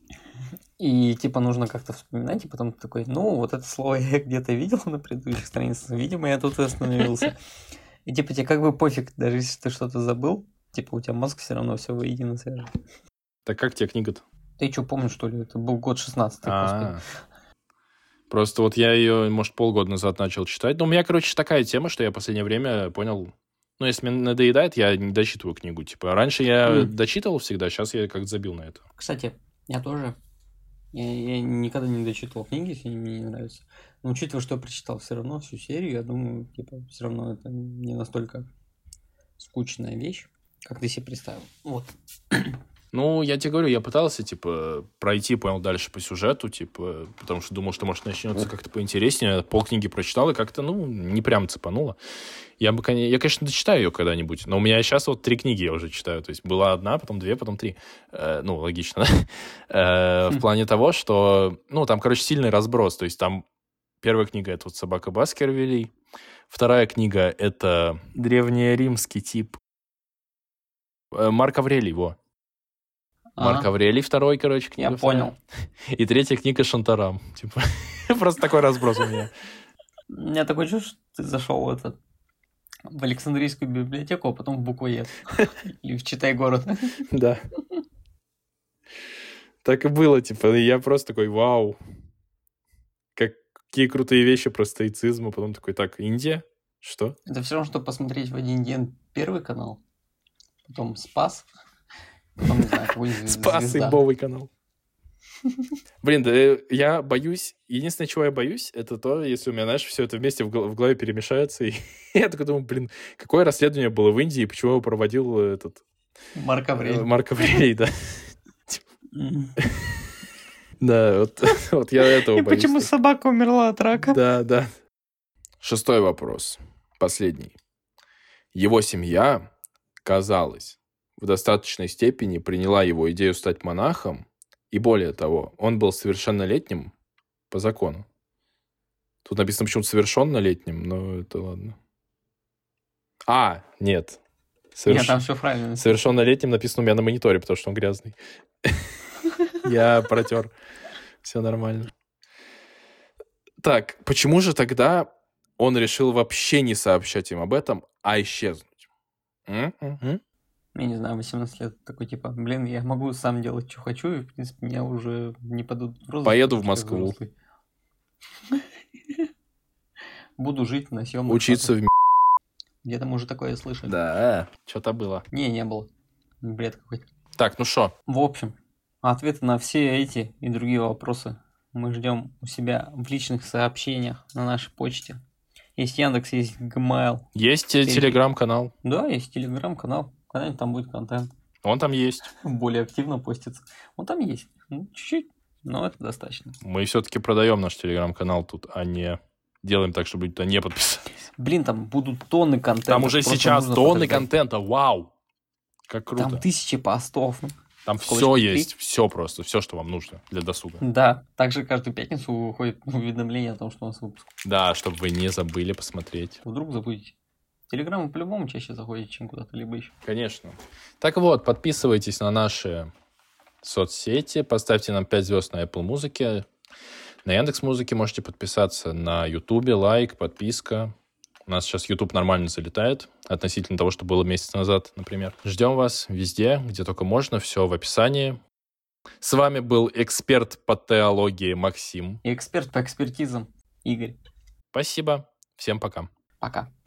И, типа, нужно как-то вспоминать, и потом ты такой, вот это слово я где-то видел на предыдущих страницах, видимо, я тут и остановился. И, типа, тебе как бы пофиг, даже если ты что-то забыл, типа, у тебя мозг все равно все воедино свяжет. Так как тебе книга-то? Ты что, помнишь, что ли? Это был год 16-й. Просто вот я ее, может, полгода назад начал читать. Но у меня, короче, такая тема, что я в последнее время понял... если мне надоедает, я не дочитываю книгу. Типа, раньше я дочитывал всегда, сейчас я как-то забил на это. Кстати, я тоже. Я никогда не дочитывал книги, если они мне не нравятся. Но учитывая, что я прочитал все равно всю серию, я думаю, типа, все равно это не настолько скучная вещь, как ты себе представил. Вот. Ну, я тебе говорю, я пытался, типа, пройти, понял, дальше по сюжету, типа, потому что думал, что, может, начнется как-то поинтереснее. Полкниги прочитал, и как-то, не прям цепануло. Я, конечно, дочитаю ее когда-нибудь, но у меня сейчас вот 3 книги я уже читаю. То есть была 1, потом 2, потом 3. Логично, да? В плане того, что, там, короче, сильный разброс. То есть там первая книга — это вот «Собака Баскервилей». Вторая книга — это древнеримский тип Марк Аврелий, во. Марк Аврелий второй, короче, книга. Я понял. И третья книга Шантарам. Типа, просто такой разброс у меня. У меня такое чувство, что ты зашел в Александрийскую библиотеку, а потом в буквоед. Или в Читай город. Да. Так и было, типа, и я просто такой, вау. Какие крутые вещи про стоицизм, а потом такой, так, Индия? Что? Это все равно, что посмотреть в один день Первый канал, потом Спас, потом, не знаю, какой-нибудь Спас и Звезда. Бовый канал. Блин, да я боюсь, единственное, чего я боюсь, это то, если у меня, знаешь, все это вместе в голове перемешается, и я такой думаю, блин, какое расследование было в Индии, почему его проводил этот... Марк Аврелий. Марк Аврелий, да. Да, вот я этого И боюсь. почему собака умерла от рака? Да. 6-й вопрос, последний. Его семья, казалось, в достаточной степени приняла его идею стать монахом, и более того, он был совершеннолетним по закону. Тут написано почему-то совершеннолетним, но это ладно. Нет. Нет, там все правильно. Совершеннолетним написано у меня на мониторе, потому что он грязный. Я протер. Все нормально. Так, почему же тогда он решил вообще не сообщать им об этом, а исчезнуть? Я не знаю, 18 лет такой, типа, блин, я могу сам делать, что хочу, и, в принципе, меня уже не падут в розыск. Поеду в Москву. Буду жить на съемных. Учиться в Где-то мы уже такое слышали. Да, что-то было. Не было. Бред какой-то. Так, ну что? В общем, ответы на все эти и другие вопросы мы ждем у себя в личных сообщениях на нашей почте. Есть Яндекс, есть Gmail. Есть телеграм-канал. Да, есть телеграм-канал. Когда-нибудь там будет контент. Он там есть. Более активно постится. Он там есть. Чуть-чуть, но это достаточно. Мы все-таки продаем наш телеграм-канал тут, а не делаем так, чтобы туда не подписались. Блин, там будут тонны контента. Там уже сейчас тонны контента. Вау! Как круто. Там 1000 постов. Там все есть. Все просто. Все, что вам нужно для досуга. Да. Также каждую пятницу выходит уведомление о том, что у нас выпуск. Да, чтобы вы не забыли посмотреть. Вдруг забудете. В Телеграм вы по-любому чаще заходите, чем куда-то либо еще. Конечно. Так вот, подписывайтесь на наши соцсети, поставьте нам 5 звезд на Apple Музыке. На Яндекс.Музыке можете подписаться, на Ютубе лайк, подписка. У нас сейчас YouTube нормально залетает относительно того, что было месяц назад, например. Ждем вас везде, где только можно, все в описании. С вами был эксперт по теологии Максим. И эксперт по экспертизам Игорь. Спасибо. Всем пока. Пока.